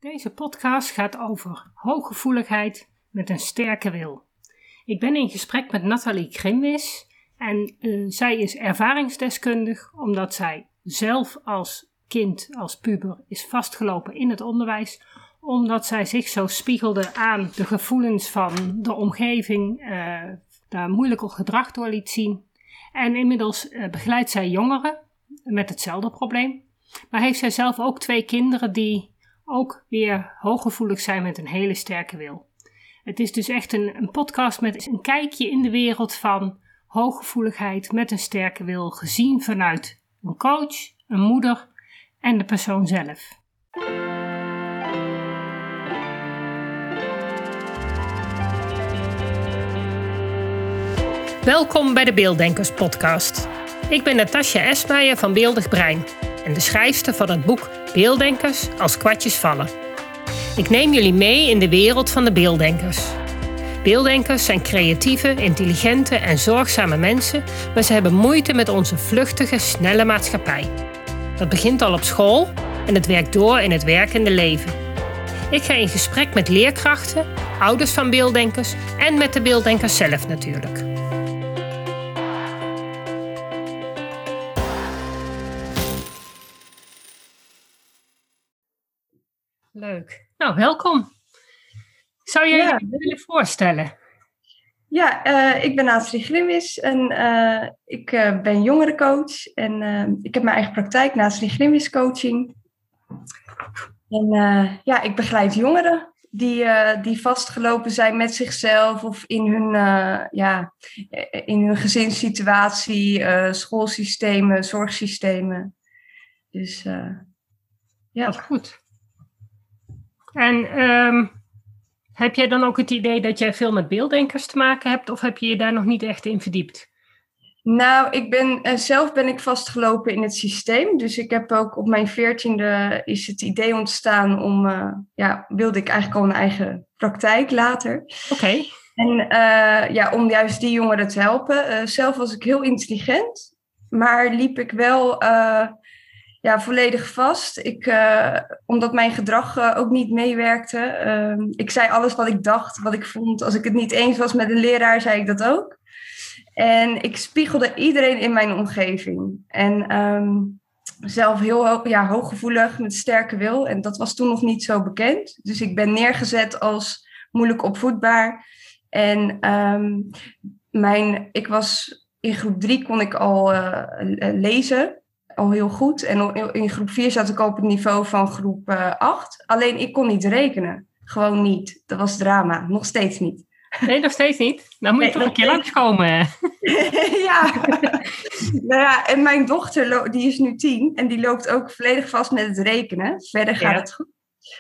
Deze podcast gaat over hooggevoeligheid met een sterke wil. Ik ben in gesprek met Nathalie Grimwis en zij is ervaringsdeskundig omdat zij zelf als kind, als puber, is vastgelopen in het onderwijs. Omdat zij zich zo spiegelde aan de gevoelens van de omgeving, daar moeilijk op gedrag door liet zien. En inmiddels begeleidt zij jongeren met hetzelfde probleem. Maar heeft zij zelf ook 2 kinderen die ook weer hooggevoelig zijn met een hele sterke wil. Het is dus echt een podcast met een kijkje in de wereld van hooggevoeligheid met een sterke wil, gezien vanuit een coach, een moeder en de persoon zelf. Welkom bij de Beelddenkers podcast. Ik ben Natasja Esmeijer van Beeldig Brein en de schrijfster van het boek Beelddenkers als kwartjes vallen. Ik neem jullie mee in de wereld van de beelddenkers. Beelddenkers zijn creatieve, intelligente en zorgzame mensen, maar ze hebben moeite met onze vluchtige, snelle maatschappij. Dat begint al op school en het werkt door in het werkende leven. Ik ga in gesprek met leerkrachten, ouders van beelddenkers en met de beelddenkers zelf natuurlijk. Leuk. Nou, welkom. Zou jij je willen voorstellen? Ja, ik ben Nathalie Grimwis en ik ben jongerencoach en ik heb mijn eigen praktijk, Nathalie Grimwis Coaching. En ik begeleid jongeren die vastgelopen zijn met zichzelf of in hun gezinssituatie, schoolsystemen, zorgsystemen. Dus Dat is goed. En heb jij dan ook het idee dat jij veel met beelddenkers te maken hebt, of heb je je daar nog niet echt in verdiept? Nou, zelf ben ik vastgelopen in het systeem. Dus ik heb ook op mijn 14e is het idee ontstaan om, wilde ik eigenlijk al een eigen praktijk later. Oké. En om juist die jongeren te helpen. Zelf was ik heel intelligent, maar liep ik wel volledig vast. Omdat mijn gedrag ook niet meewerkte. Ik zei alles wat ik dacht, wat ik vond. Als ik het niet eens was met een leraar, zei ik dat ook. En ik spiegelde iedereen in mijn omgeving. En zelf heel hooggevoelig, met sterke wil. En dat was toen nog niet zo bekend. Dus ik ben neergezet als moeilijk opvoedbaar. En ik was in groep 3 kon ik al lezen. Al heel goed. En in groep 4 zat ik al op het niveau van groep 8. Alleen ik kon niet rekenen. Gewoon niet. Dat was drama. Nog steeds niet. Nee, nog steeds niet? Dan moet je toch een keer langskomen. Ja. Nou ja, en mijn dochter, die is nu 10. En die loopt ook volledig vast met het rekenen. Verder gaat het goed.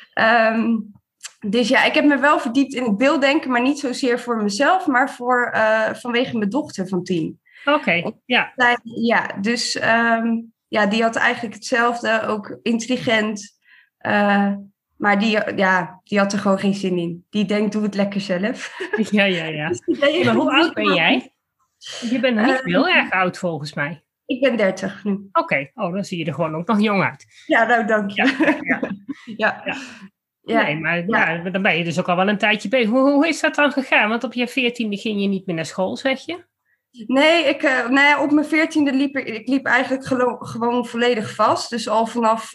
Dus ja, ik heb me wel verdiept in het beelddenken. Maar niet zozeer voor mezelf. Maar vanwege mijn dochter van 10. Oké, ja. Ja, dus die had eigenlijk hetzelfde. Ook intelligent. Maar die had er gewoon geen zin in. Die denkt, doe het lekker zelf. Ja. Maar hoe oud ben jij? Je bent nog niet heel erg oud volgens mij. Ik ben 30 nu. Oké. Dan zie je er gewoon ook nog jong uit. Ja, nou dank je. Ja. Nee, maar dan ben je dus ook al wel een tijdje bezig. Hoe is dat dan gegaan? Want op je 14e ging je niet meer naar school, zeg je? Nee, op mijn 14e liep eigenlijk gewoon volledig vast. Dus al vanaf...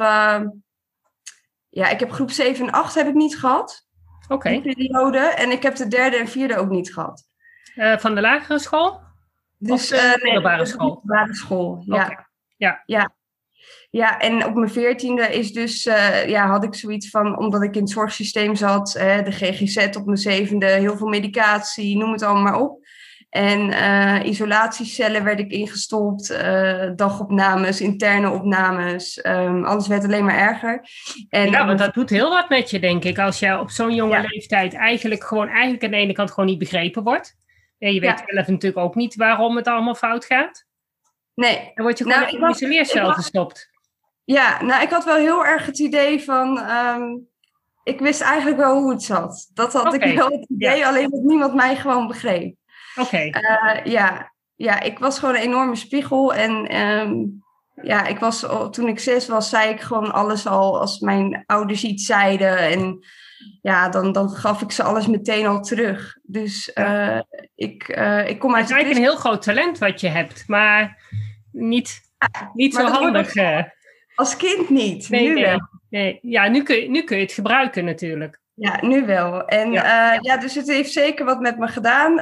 ik heb groep 7 en 8 heb ik niet gehad. Oké. Die periode. En ik heb de 3e en 4e ook niet gehad. Van de lagere school? Dus, of de middelbare school? De middelbare school, ja. Okay. Ja, en op mijn 14e is dus, had ik zoiets van, omdat ik in het zorgsysteem zat, de GGZ op mijn 7e, heel veel medicatie, noem het allemaal maar op. En isolatiecellen werd ik ingestopt, dagopnames, interne opnames. Alles werd alleen maar erger. Want dat doet heel wat met je, denk ik. Als je op zo'n jonge leeftijd eigenlijk aan de ene kant gewoon niet begrepen wordt. En je weet zelf natuurlijk ook niet waarom het allemaal fout gaat. Nee. Dan word je gewoon in een isoleercel gestopt. Ja, ik had wel heel erg het idee van... ik wist eigenlijk wel hoe het zat. Dat had ik wel het idee, alleen dat niemand mij gewoon begreep. Oké. Ik was gewoon een enorme spiegel. En Ja, toen ik 6 was, zei ik gewoon alles al als mijn ouders iets zeiden. En ja, dan gaf ik ze alles meteen al terug. Dus ik kom Het uit is eigenlijk een heel groot talent wat je hebt, maar niet zo handig. Als kind niet, nee, nu nee, wel. Nee. Ja, nu kun je het gebruiken natuurlijk. Ja, nu wel. En dus het heeft zeker wat met me gedaan.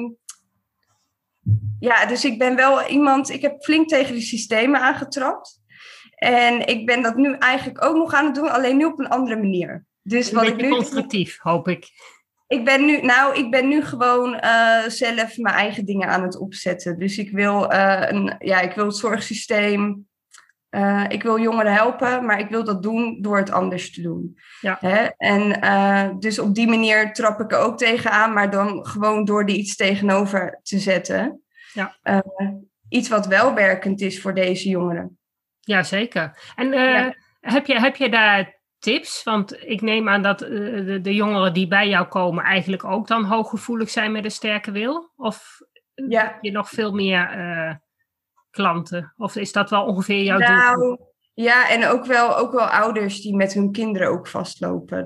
Dus ik ben wel iemand, ik heb flink tegen die systemen aangetrapt. En ik ben dat nu eigenlijk ook nog aan het doen, alleen nu op een andere manier. Dus wat ik nu constructief, hoop ik. Ik ben nu gewoon zelf mijn eigen dingen aan het opzetten. Dus ik wil het zorgsysteem. Ik wil jongeren helpen, maar ik wil dat doen door het anders te doen. Ja. Hè? En dus op die manier trap ik er ook tegenaan, maar dan gewoon door er iets tegenover te zetten. Ja. Iets wat wel werkend is voor deze jongeren. Ja, zeker. En heb je daar tips? Want ik neem aan dat de jongeren die bij jou komen eigenlijk ook dan hooggevoelig zijn met een sterke wil? Of heb je nog veel meer klanten? Of is dat wel ongeveer jouw doel? Ja, en ook wel ouders die met hun kinderen ook vastlopen.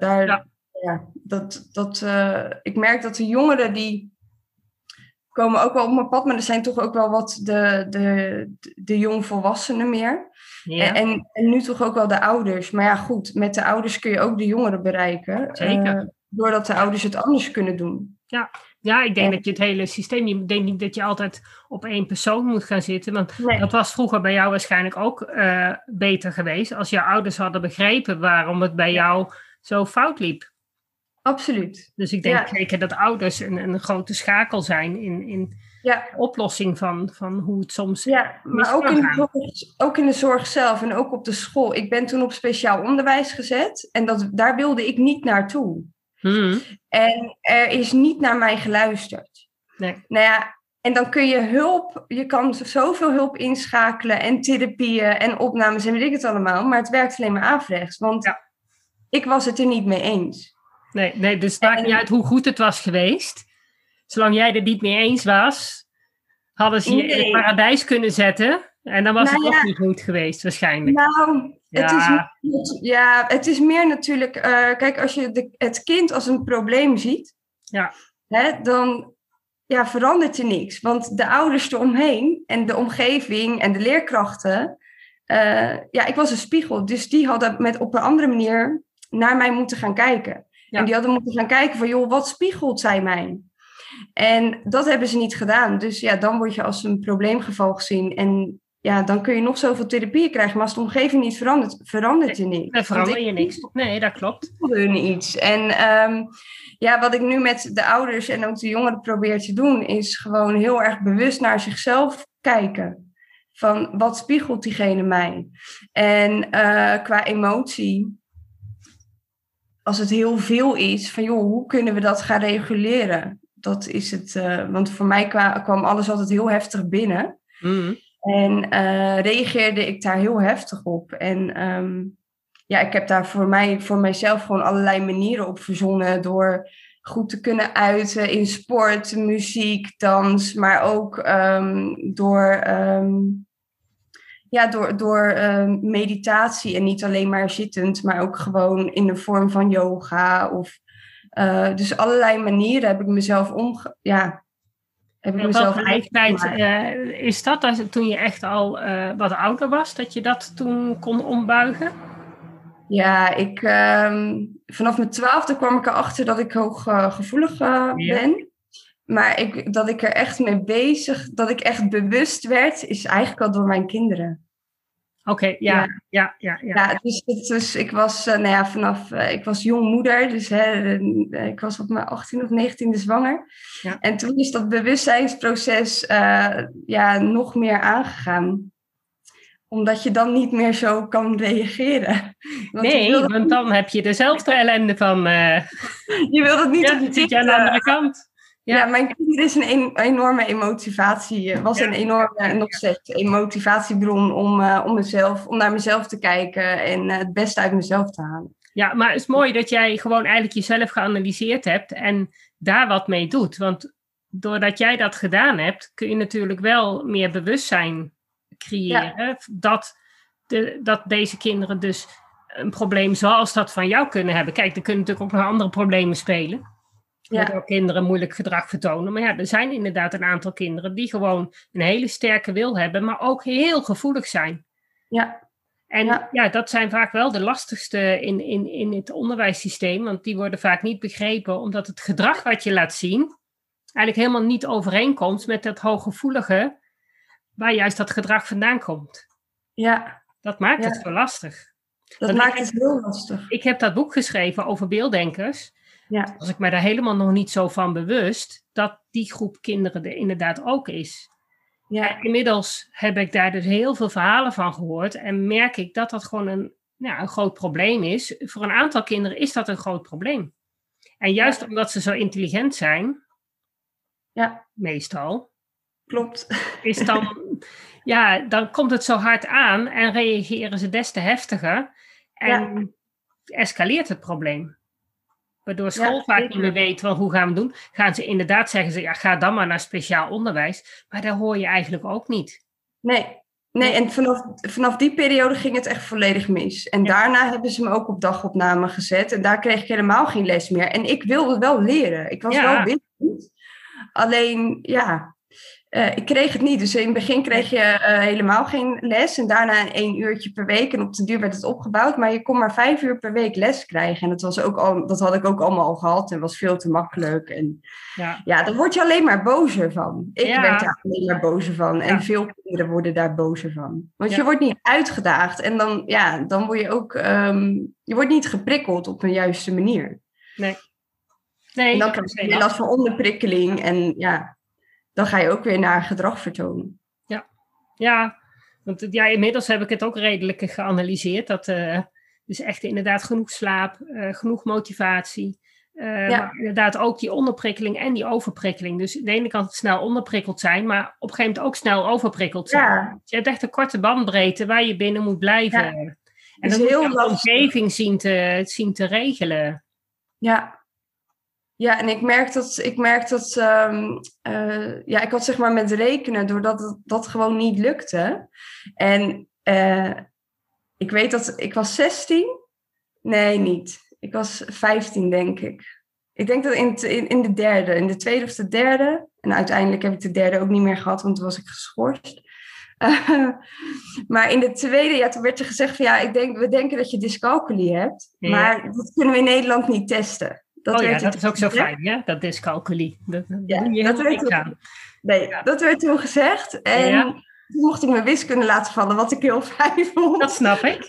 Ik merk dat de jongeren die komen ook wel op mijn pad, maar er zijn toch ook wel wat de jongvolwassenen meer. Ja. En nu toch ook wel de ouders. Maar ja, goed, met de ouders kun je ook de jongeren bereiken. Zeker. Doordat de ouders het anders kunnen doen. Ja, ik denk dat je het hele systeem... Ik denk niet dat je altijd op één persoon moet gaan zitten. Want dat was vroeger bij jou waarschijnlijk ook beter geweest. Als jouw ouders hadden begrepen waarom het bij jou zo fout liep. Absoluut. Dus ik denk zeker dat ouders een grote schakel zijn in de oplossing van hoe het soms maar ook in de zorg zelf en ook op de school. Ik ben toen op speciaal onderwijs gezet en daar wilde ik niet naartoe. En er is niet naar mij geluisterd. Nee. Nou ja, en dan kun je kan zoveel hulp inschakelen en therapieën en opnames en weet ik het allemaal, maar het werkt alleen maar averechts, want ik was het er niet mee eens. Nee, dus het maakt niet uit hoe goed het was geweest. Zolang jij er niet mee eens was, hadden ze je in het paradijs kunnen zetten. En dan was het ook niet goed geweest, waarschijnlijk. Het is meer natuurlijk... kijk, als je het kind als een probleem ziet... dan verandert er niks. Want de ouders eromheen en de omgeving en de leerkrachten... ik was een spiegel. Dus die hadden op een andere manier naar mij moeten gaan kijken. Ja. En die hadden moeten gaan kijken van... joh, wat spiegelt zij mij? En dat hebben ze niet gedaan. Dus dan word je als een probleemgeval gezien. En dan kun je nog zoveel therapieën krijgen. Maar als de omgeving niet verandert er niks. Dan verander je niks. Nee, dat klopt. Er iets. En wat ik nu met de ouders en ook de jongeren probeer te doen... is gewoon heel erg bewust naar zichzelf kijken. Van wat spiegelt diegene mij? En qua emotie... Als het heel veel is, van joh, hoe kunnen we dat gaan reguleren? Dat is het, want voor mij kwam alles altijd heel heftig binnen. En reageerde ik daar heel heftig op. En ik heb daar voor mijzelf gewoon allerlei manieren op verzonnen. Door goed te kunnen uiten in sport, muziek, dans. Maar ook door meditatie en niet alleen maar zittend, maar ook gewoon in de vorm van yoga. Dus allerlei manieren heb ik mezelf is dat toen je echt al wat ouder was, dat je dat toen kon ombuigen? Ja, vanaf mijn 12e kwam ik erachter dat ik hooggevoelig ben. Maar dat ik er echt mee bezig, dat ik echt bewust werd, is eigenlijk al door mijn kinderen. Oké, ja. Dus ik was ik was jongmoeder, dus ik was op mijn 18e of 19e zwanger. Ja. En toen is dat bewustzijnsproces nog meer aangegaan. Omdat je dan niet meer zo kan reageren. Want dan heb je dezelfde ellende van... je wil het niet op je zit aan de andere kant. Ja, mijn kinderen is een enorme emotivatie. Een enorme, nog steeds, motivatiebron om naar mezelf te kijken en het beste uit mezelf te halen. Ja, maar het is mooi dat jij gewoon eigenlijk jezelf geanalyseerd hebt en daar wat mee doet. Want doordat jij dat gedaan hebt, kun je natuurlijk wel meer bewustzijn creëren. Dat deze kinderen dus een probleem zoals dat van jou kunnen hebben. Kijk, er kunnen natuurlijk ook nog andere problemen spelen. Waardoor kinderen moeilijk gedrag vertonen. Maar ja, er zijn inderdaad een aantal kinderen die gewoon een hele sterke wil hebben, maar ook heel gevoelig zijn. Ja. En dat zijn vaak wel de lastigste in het onderwijssysteem, want die worden vaak niet begrepen, omdat het gedrag wat je laat zien eigenlijk helemaal niet overeenkomt met dat hooggevoelige, waar juist dat gedrag vandaan komt. Ja. Dat maakt het zo lastig. Dat maakt het heel lastig. Ik heb dat boek geschreven over beelddenkers. Ja. Was ik me daar helemaal nog niet zo van bewust, dat die groep kinderen er inderdaad ook is. Ja. En inmiddels heb ik daar dus heel veel verhalen van gehoord en merk ik dat dat gewoon een groot probleem is. Voor een aantal kinderen is dat een groot probleem. En juist omdat ze zo intelligent zijn, meestal, klopt, is dan komt het zo hard aan en reageren ze des te heftiger en escaleert het probleem. Waardoor school vaak niet meer weet, hoe gaan we doen. Gaan ze inderdaad zeggen, ga dan maar naar speciaal onderwijs. Maar daar hoor je eigenlijk ook niet. Nee, en vanaf die periode ging het echt volledig mis. En daarna hebben ze me ook op dagopname gezet. En daar kreeg ik helemaal geen les meer. En ik wilde wel leren. Ik was wel wissend. Alleen, ik kreeg het niet. Dus in het begin kreeg je helemaal geen les. En daarna 1 uurtje per week. En op de duur werd het opgebouwd. Maar je kon maar 5 uur per week les krijgen. En dat had ik ook allemaal al gehad. En was veel te makkelijk. En daar word je alleen maar bozer van. Ik werd daar alleen maar bozer van. En veel kinderen worden daar bozer van. Want je wordt niet uitgedaagd. En dan word je ook... je wordt niet geprikkeld op een juiste manier. Nee. En dan krijg je last van onderprikkeling. En dan ga je ook weer naar gedrag vertonen. Want inmiddels heb ik het ook redelijk geanalyseerd. Dat dus echt inderdaad genoeg slaap, genoeg motivatie. Maar inderdaad ook die onderprikkeling en die overprikkeling. Dus aan de ene kant snel onderprikkeld zijn, maar op een gegeven moment ook snel overprikkeld zijn. Ja. Dus je hebt echt een korte bandbreedte waar je binnen moet blijven. Ja. En dan moet je de omgeving zien te regelen. Ja, en ik merk dat ik had zeg maar met rekenen, doordat dat gewoon niet lukte. En ik weet dat ik was 16. Nee, niet. Ik was 15, denk ik. Ik denk dat in de tweede of de derde. En uiteindelijk heb ik de derde ook niet meer gehad, want toen was ik geschorst. Maar in de tweede, toen werd er gezegd van we denken dat je dyscalculie hebt. Ja. Maar dat kunnen we in Nederland niet testen. Dat is ook zo fijn, ja? Dat dyscalculie. Dat doe je helemaal niks aan. Nee, dat werd toen gezegd. En toen mocht ik mijn wiskunde laten vallen, wat ik heel fijn vond. Dat snap ik.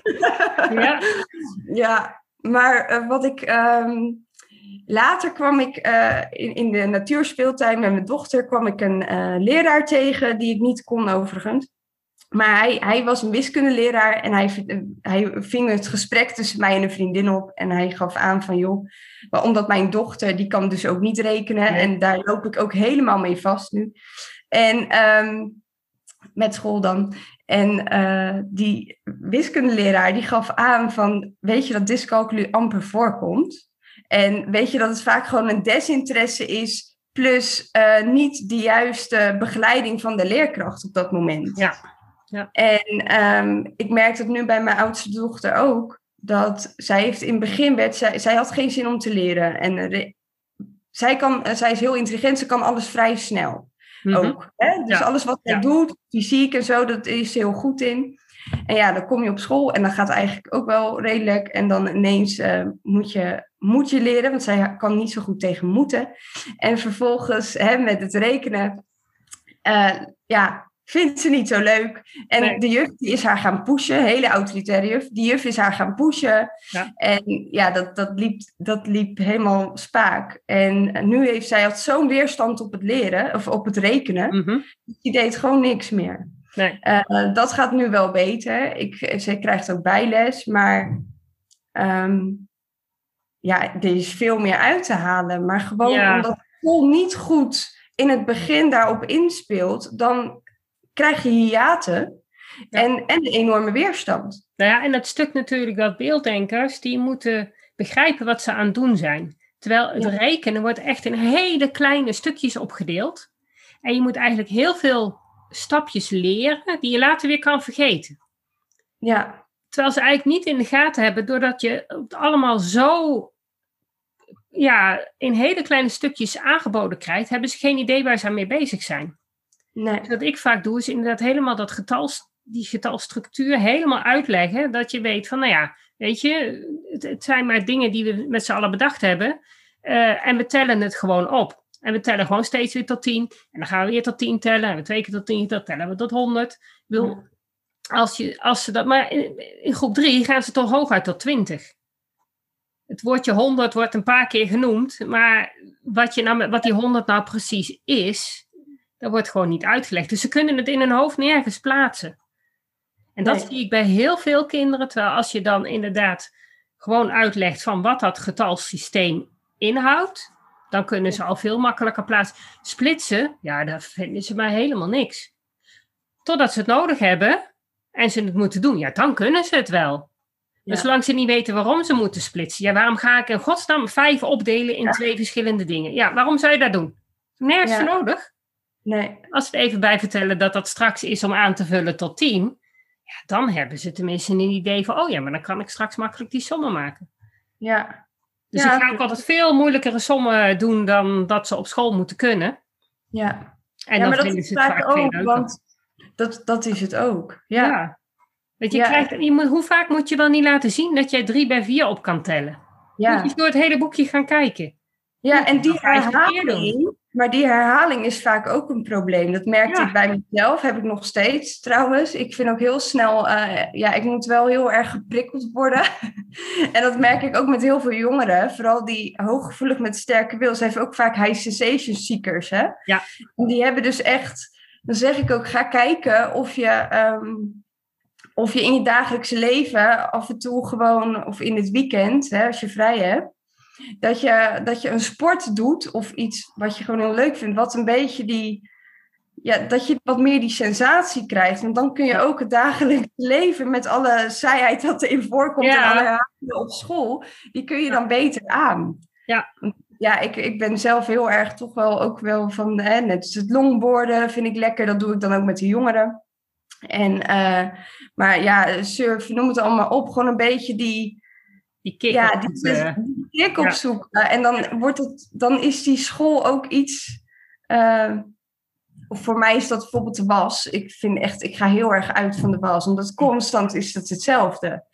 Ja, maar wat ik... later kwam ik in de natuurspeeltuin met mijn dochter... kwam ik een leraar tegen, die ik niet kon overigens. Maar hij was een wiskundeleraar en hij ving het gesprek tussen mij en een vriendin op. En hij gaf aan van, omdat mijn dochter, die kan dus ook niet rekenen. Nee. En daar loop ik ook helemaal mee vast nu. En met school dan. En die wiskundeleraar, die gaf aan van, weet je dat dyscalculie amper voorkomt? En weet je dat het vaak gewoon een desinteresse is, plus niet de juiste begeleiding van de leerkracht op dat moment. Ja. En ik merk dat nu bij mijn oudste dochter ook, dat zij heeft in het begin, zij had geen zin om te leren. En zij is heel intelligent, ze kan alles vrij snel ook. Hè? Dus alles wat zij doet, fysiek en zo, dat is ze heel goed in. En dan kom je op school en dan gaat het eigenlijk ook wel redelijk. En dan ineens moet je leren, want zij kan niet zo goed tegen moeten. En vervolgens met het rekenen, vindt ze niet zo leuk. En de juf die is haar gaan pushen, hele autoritaire juf. Die juf is haar gaan pushen. Ja. En dat liep helemaal spaak. En nu had zo'n weerstand op het leren, of op het rekenen. Mm-hmm. Die deed gewoon niks meer. Nee. Dat gaat nu wel beter. Ze krijgt ook bijles, maar er is veel meer uit te halen. Maar gewoon omdat school niet goed in het begin daarop inspeelt, dan krijg je hiaten en een enorme weerstand. Nou ja, en het stuk natuurlijk dat beelddenkers, die moeten begrijpen wat ze aan het doen zijn. Terwijl het rekenen wordt echt in hele kleine stukjes opgedeeld. En je moet eigenlijk heel veel stapjes leren die je later weer kan vergeten. Ja. Terwijl ze eigenlijk niet in de gaten hebben, doordat je het allemaal zo in hele kleine stukjes aangeboden krijgt, hebben ze geen idee waar ze aan mee bezig zijn. Nee. Dus wat ik vaak doe, is inderdaad helemaal die getalstructuur helemaal uitleggen, dat je weet van, nou ja, weet je, het zijn maar dingen die we met z'n allen bedacht hebben, en we tellen het gewoon op. En we tellen gewoon steeds weer tot 10. En dan gaan we weer tot 10 tellen. En we 2 keer tot 10, dan tellen we tot 100. Ik bedoel, als ze dat, maar in groep 3 gaan ze toch hooguit tot 20. Het woordje 100 wordt een paar keer genoemd. Maar wat die 100 nou precies is, dat wordt gewoon niet uitgelegd. Dus ze kunnen het in hun hoofd nergens plaatsen. En dat zie ik bij heel veel kinderen. Terwijl als je dan inderdaad gewoon uitlegt van wat dat getalsysteem inhoudt, dan kunnen ze al veel makkelijker plaatsen. Splitsen, ja, daar vinden ze maar helemaal niks. Totdat ze het nodig hebben en ze het moeten doen, ja, dan kunnen ze het wel. Maar zolang ze niet weten waarom ze moeten splitsen, ja, waarom ga ik in godsnaam 5 opdelen in 2 verschillende dingen? Ja, waarom zou je dat doen? Nergens voor nodig. Nee. Als ze het even bij vertellen dat dat straks is om aan te vullen tot 10, ja, dan hebben ze tenminste een idee van, oh ja, maar dan kan ik straks makkelijk die sommen maken. Ja. Dus ik ga ook altijd veel moeilijkere sommen doen dan dat ze op school moeten kunnen. Ja, En dan maar dat vinden is ze het vaak ook, veel leuker. want dat is het ook. Ja. Weet je, hoe vaak moet je wel niet laten zien dat jij 3 bij 4 op kan tellen? Moet je door het hele boekje gaan kijken. Ja, en die herhaling, maar die herhaling is vaak ook een probleem. Dat merkte ik bij mezelf, heb ik nog steeds trouwens. Ik vind ook heel snel, ik moet wel heel erg geprikkeld worden. En dat merk ik ook met heel veel jongeren, vooral die hooggevoelig met sterke wil. Ze hebben ook vaak high sensation seekers, hè? Ja. En die hebben dus echt, dan zeg ik ook, ga kijken of je in je dagelijkse leven af en toe gewoon, of in het weekend, hè, als je vrij hebt, dat je een sport doet of iets wat je gewoon heel leuk vindt, wat een beetje dat je wat meer die sensatie krijgt. Want dan kun je ook het dagelijks leven met alle saaiheid dat erin voorkomt en alle herhalingen op school, die kun je dan beter aan. Ja. Ja, ik ben zelf heel erg toch wel ook wel van, net het longboarden vind ik lekker, dat doe ik dan ook met de jongeren. En, maar ja, surfen, noem het allemaal op, gewoon een beetje die kick opzoeken. En dan is die school ook iets, of voor mij is dat bijvoorbeeld de was. Ik ga heel erg uit van de was, omdat constant is dat hetzelfde.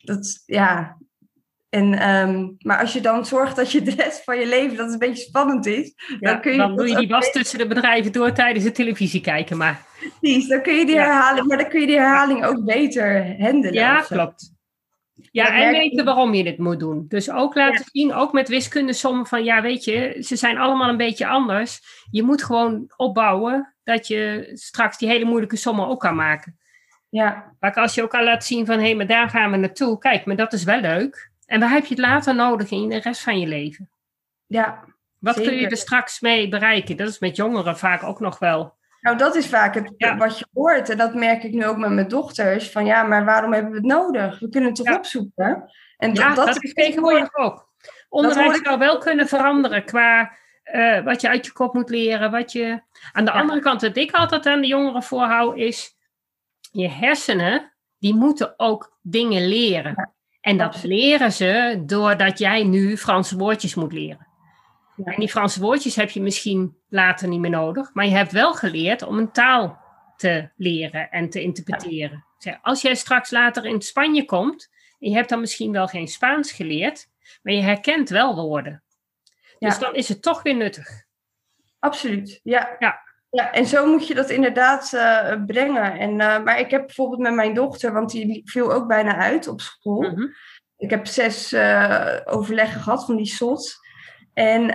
Maar als je dan zorgt dat je de rest van je leven, dat het een beetje spannend is, dan doe je die was tussen de bedrijven door tijdens het televisie kijken. Maar. Precies, dan kun je die herhaling, maar dan kun je die herhaling ook beter handelen. Ja, klopt. Ja, en weten waarom je dit moet doen. Dus ook laten zien, ook met wiskundesommen van, ja, weet je, ze zijn allemaal een beetje anders. Je moet gewoon opbouwen dat je straks die hele moeilijke sommen ook kan maken. Ja. Maar als je ook al laat zien van, hé, maar daar gaan we naartoe. Kijk, maar dat is wel leuk. En waar heb je het later nodig in de rest van je leven? Ja, wat kun je er straks mee bereiken? Dat is met jongeren vaak ook nog wel. Nou, dat is vaak wat je hoort. En dat merk ik nu ook met mijn dochters. Van ja, maar waarom hebben we het nodig? We kunnen het toch opzoeken? En dat is tegenwoordig ook. Onderwijs zou wel kunnen veranderen qua wat je uit je kop moet leren. Aan de andere kant, wat ik altijd aan de jongeren voorhoud, is je hersenen, die moeten ook dingen leren. Ja. En dat leren ze doordat jij nu Franse woordjes moet leren. Ja. En die Franse woordjes heb je misschien later niet meer nodig. Maar je hebt wel geleerd om een taal te leren en te interpreteren. Ja. Als jij straks later in Spanje komt, en je hebt dan misschien wel geen Spaans geleerd, maar je herkent wel woorden. Dus dan is het toch weer nuttig. Absoluut, ja. Ja, en zo moet je dat inderdaad brengen. Maar ik heb bijvoorbeeld met mijn dochter, want die viel ook bijna uit op school. Mm-hmm. Ik heb 6 overleggen gehad van die SOT. En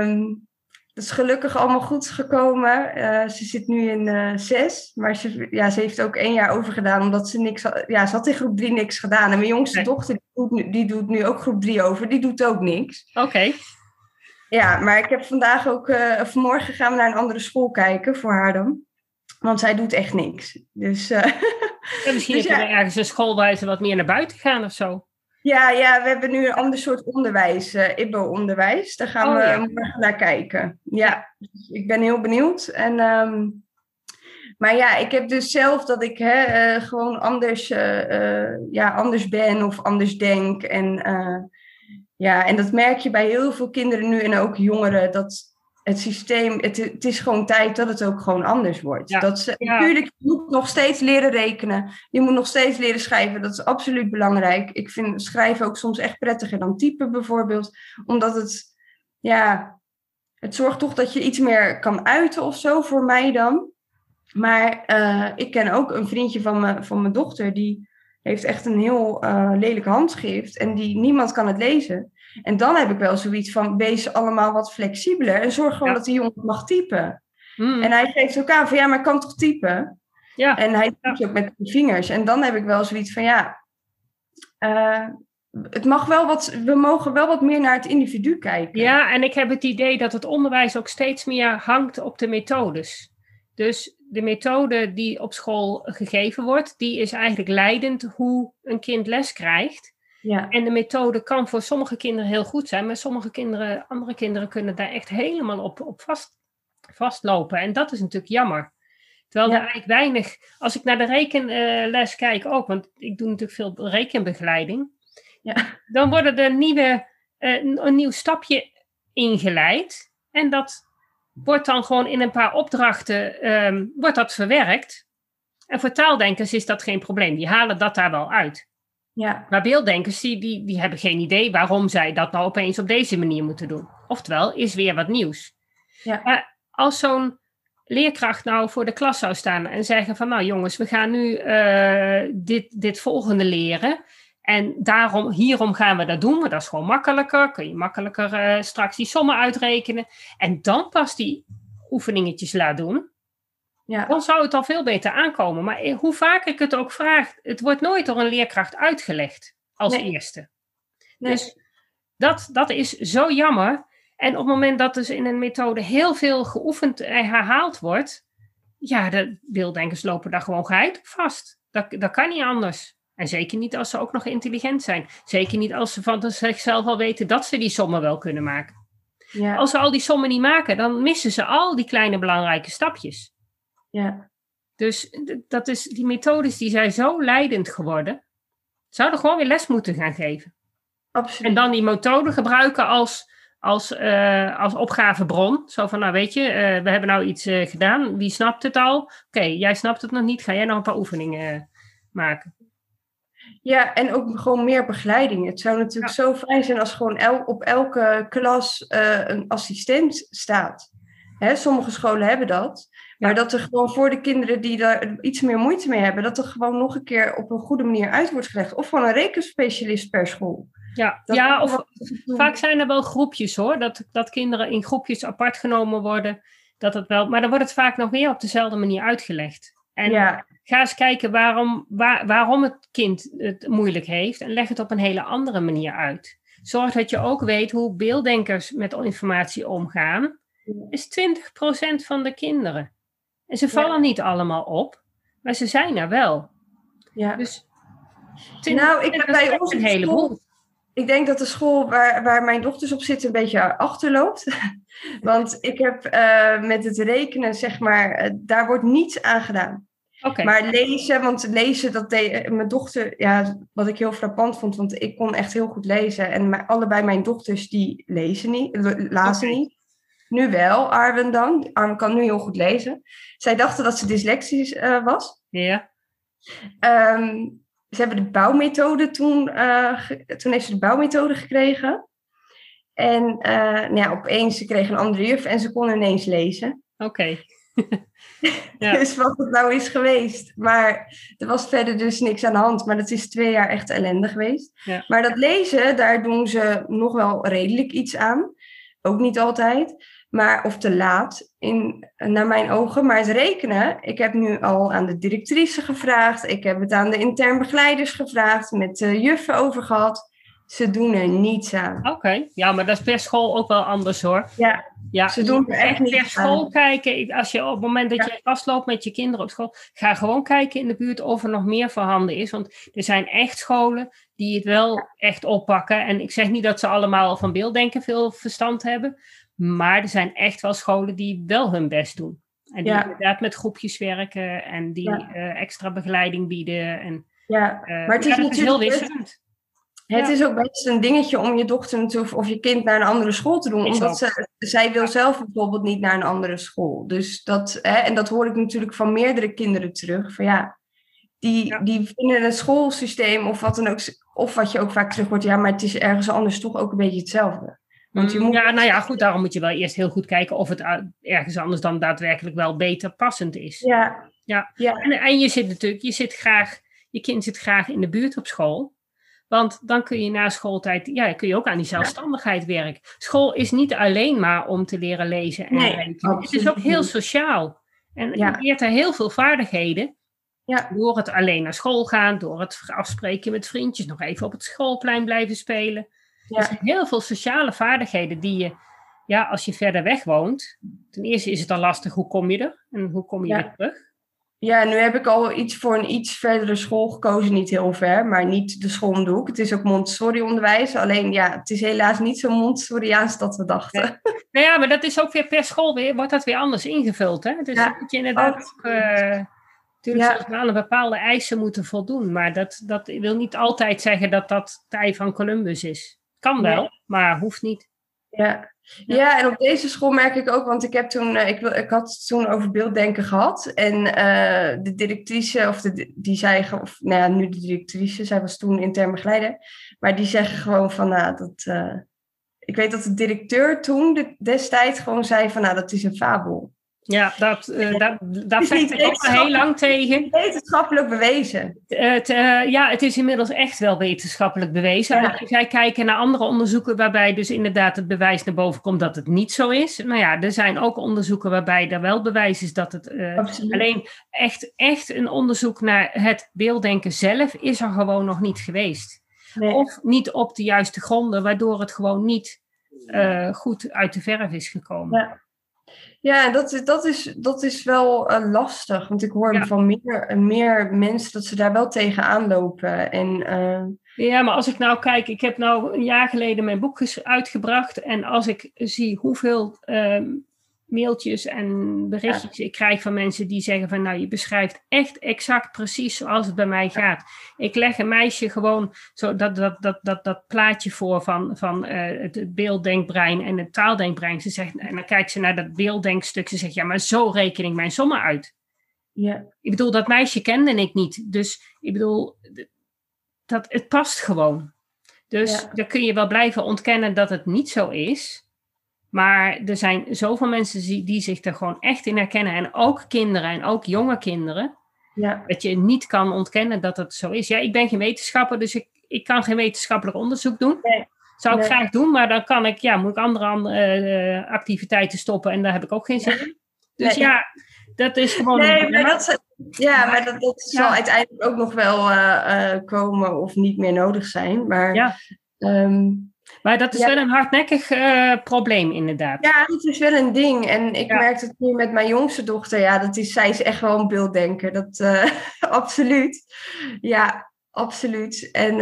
dat is gelukkig allemaal goed gekomen. Ze zit nu in 6, maar ze heeft ook 1 jaar overgedaan, omdat ze niks had. Ja, ze had in groep 3 niks gedaan. En mijn jongste dochter, die doet nu ook groep 3 over, die doet ook niks. Oké. Ja, maar ik heb vandaag ook, vanmorgen gaan we naar een andere school kijken voor haar dan. Want zij doet echt niks. Dus, misschien is er ergens een school waar ze wat meer naar buiten gaan of zo. Ja, we hebben nu een ander soort onderwijs, IBO-onderwijs. Daar gaan we morgen naar kijken. Ja, dus ik ben heel benieuwd. Maar ja, ik heb dus zelf dat ik gewoon anders ben of anders denk. En dat merk je bij heel veel kinderen nu en ook jongeren. Dat het systeem, het is gewoon tijd dat het ook gewoon anders wordt. Ja. Natuurlijk, je moet nog steeds leren rekenen. Je moet nog steeds leren schrijven. Dat is absoluut belangrijk. Ik vind schrijven ook soms echt prettiger dan typen bijvoorbeeld. Omdat het zorgt toch dat je iets meer kan uiten of zo, voor mij dan. Maar ik ken ook een vriendje van mijn dochter, die heeft echt een heel lelijk handschrift en niemand kan het lezen. En dan heb ik wel zoiets van, wees allemaal wat flexibeler en zorg gewoon dat die jongen mag typen. En hij geeft ook aan van, ja, maar ik kan toch typen? Ja. En hij typt ook met de vingers. En dan heb ik wel zoiets van, het mag wel we mogen wel wat meer naar het individu kijken. Ja, en ik heb het idee dat het onderwijs ook steeds meer hangt op de methodes. Dus de methode die op school gegeven wordt, die is eigenlijk leidend hoe een kind les krijgt. Ja. En de methode kan voor sommige kinderen heel goed zijn, maar andere kinderen kunnen daar echt helemaal op vastlopen. En dat is natuurlijk jammer. Terwijl er eigenlijk weinig, als ik naar de rekenles kijk ook, want ik doe natuurlijk veel rekenbegeleiding, dan worden er een nieuw stapje ingeleid en dat wordt dan gewoon in een paar opdrachten wordt dat verwerkt. En voor taaldenkers is dat geen probleem. Die halen dat daar wel uit. Ja. Maar beelddenkers die hebben geen idee waarom zij dat nou opeens op deze manier moeten doen. Oftewel, is weer wat nieuws. Ja. Maar als zo'n leerkracht nou voor de klas zou staan en zeggen van, nou jongens, we gaan nu dit volgende leren. En hierom gaan we dat doen, maar dat is gewoon makkelijker. Kun je makkelijker straks die sommen uitrekenen. En dan pas die oefeningetjes laten doen. Ja. Dan zou het al veel beter aankomen. Maar hoe vaak ik het ook vraag, het wordt nooit door een leerkracht uitgelegd als eerste. Nee. Dus dat is zo jammer. En op het moment dat dus in een methode heel veel geoefend en herhaald wordt, ja, de beelddenkers lopen daar gewoon geheid op vast. Dat kan niet anders. En zeker niet als ze ook nog intelligent zijn. Zeker niet als ze van zichzelf al weten dat ze die sommen wel kunnen maken. Ja. Als ze al die sommen niet maken, dan missen ze al die kleine belangrijke stapjes. Ja. Dus die methodes die zijn zo leidend geworden. Zouden gewoon weer les moeten gaan geven. Absoluut. En dan die methode gebruiken als opgavebron. Zo van, nou weet je, we hebben nou iets gedaan. Wie snapt het al? Oké, jij snapt het nog niet. Ga jij nog een paar oefeningen maken? Ja, en ook gewoon meer begeleiding. Het zou natuurlijk zo fijn zijn als gewoon op elke klas een assistent staat. Sommige scholen hebben dat. Maar dat er gewoon voor de kinderen die daar iets meer moeite mee hebben, dat er gewoon nog een keer op een goede manier uit wordt gelegd. Of gewoon een rekenspecialist per school. Vaak zijn er wel groepjes hoor. Dat kinderen in groepjes apart genomen worden. Maar dan wordt het vaak nog meer op dezelfde manier uitgelegd. En ga eens kijken waarom het kind het moeilijk heeft. En leg het op een hele andere manier uit. Zorg dat je ook weet hoe beelddenkers met informatie omgaan. Is 20% van de kinderen. En ze vallen niet allemaal op. Maar ze zijn er wel. Ja. Dus ik heb bij ons een heleboel. Ik denk dat de school waar mijn dochters op zitten een beetje achterloopt. Want ik heb met het rekenen, zeg maar, daar wordt niets aan gedaan. Okay. Maar lezen, dat deed mijn dochter, wat ik heel frappant vond, want ik kon echt heel goed lezen. En allebei mijn dochters, die lazen niet. Nu wel, Arwen dan. Arwen kan nu heel goed lezen. Zij dachten dat ze dyslexisch was. Ja. Ze hebben de bouwmethode toen heeft ze de bouwmethode gekregen. En opeens, ze kreeg een andere juf en ze kon ineens lezen. Oké. Ja. Dus wat het nou is geweest. Maar er was verder dus niks aan de hand. Maar dat is 2 jaar echt ellende geweest. Ja. Maar dat lezen, daar doen ze nog wel redelijk iets aan. Ook niet altijd. Of te laat, naar mijn ogen. Maar het rekenen, ik heb nu al aan de directrice gevraagd. Ik heb het aan de intern begeleiders gevraagd. Met de juffen over gehad. Ze doen er niets aan. Oké. Ja, maar dat is per school ook wel anders hoor. Ja, ze doen er echt niets per school kijken. Als je op het moment dat je vastloopt met je kinderen op school, ga gewoon kijken in de buurt of er nog meer voorhanden is. Want er zijn echt scholen die het wel echt oppakken. En ik zeg niet dat ze allemaal van beelddenken veel verstand hebben. Maar er zijn echt wel scholen die wel hun best doen. En die inderdaad met groepjes werken en die extra begeleiding bieden. En, maar het is natuurlijk heel wisselend. Het is ook best een dingetje om je dochter natuurlijk of je kind naar een andere school te doen. Omdat zij wil zelf bijvoorbeeld niet naar een andere school. Dus en dat hoor ik natuurlijk van meerdere kinderen terug. Van die vinden het schoolsysteem of wat dan ook. Of wat je ook vaak terug hoort. Ja, maar het is ergens anders toch ook een beetje hetzelfde. Want je moet goed, daarom moet je wel eerst heel goed kijken of het ergens anders dan daadwerkelijk wel beter passend is. Ja. En je kind zit graag in de buurt op school. Want dan kun je na schooltijd, kun je ook aan die zelfstandigheid werken. School is niet alleen maar om te leren lezen en rekenen. Het is ook heel sociaal. En je leert er heel veel vaardigheden. Door het alleen naar school gaan, door het afspreken met vriendjes, nog even op het schoolplein blijven spelen. Er zijn heel veel sociale vaardigheden die je, als je verder weg woont. Ten eerste is het al lastig, hoe kom je er? En hoe kom je weer terug? Ja, nu heb ik al voor een iets verdere school gekozen, niet heel ver, maar niet de school om de hoek. Het is ook Montessori-onderwijs, alleen het is helaas niet zo Montessoriaans dat we dachten. Nou ja, maar dat is ook weer per school wordt dat weer anders ingevuld, hè? Dus dan moet je inderdaad ook natuurlijk wel aan bepaalde eisen moeten voldoen. Maar dat wil niet altijd zeggen dat het ei van Columbus is. Kan wel, maar hoeft niet. Ja, en op deze school merk ik ook, want ik heb toen, ik had het toen over beelddenken gehad. En de directrice, die zei, nu de directrice, zij was toen intern begeleider. Maar die zeggen gewoon van, ik weet dat de directeur toen destijds gewoon zei van, dat is een fabel. Ja, daar vecht ik ook al heel lang tegen. Wetenschappelijk bewezen. Het is inmiddels echt wel wetenschappelijk bewezen. Als jij kijkt naar andere onderzoeken waarbij dus inderdaad het bewijs naar boven komt dat het niet zo is. Nou ja, er zijn ook onderzoeken waarbij er wel bewijs is dat het alleen echt een onderzoek naar het beelddenken zelf is er gewoon nog niet geweest. Nee. Of niet op de juiste gronden, waardoor het gewoon niet goed uit de verf is gekomen. Ja, dat is wel lastig. Want ik hoor van meer mensen dat ze daar wel tegenaan lopen. Ja, maar als ik nou kijk, ik heb nou een jaar geleden mijn boek uitgebracht. En als ik zie hoeveel mailtjes en berichtjes ik krijg van mensen die zeggen van je beschrijft echt exact precies zoals het bij mij gaat. Ik leg een meisje gewoon zo dat plaatje voor van het beelddenkbrein en het taaldenkbrein. Ze zegt, en dan kijkt ze naar dat beelddenkstuk. Ze zegt, maar zo reken ik mijn sommen uit. Ja. Ik bedoel, dat meisje kende ik niet. Dus ik bedoel, het past gewoon. Dus dan kun je wel blijven ontkennen dat het niet zo is. Maar er zijn zoveel mensen die zich er gewoon echt in herkennen. En ook kinderen en ook jonge kinderen. Ja. Dat je niet kan ontkennen dat het zo is. Ja, ik ben geen wetenschapper, dus ik kan geen wetenschappelijk onderzoek doen. Nee. Zou ik graag doen, maar dan moet ik andere activiteiten stoppen. En daar heb ik ook geen zin in. Dus dat is gewoon... maar dat zal uiteindelijk ook nog wel komen of niet meer nodig zijn. Maar... Maar dat is wel een hardnekkig probleem, inderdaad. Ja, dat is wel een ding. En ik merk het nu met mijn jongste dochter. Zij is echt wel een beelddenker. Dat absoluut. Ja, absoluut. En,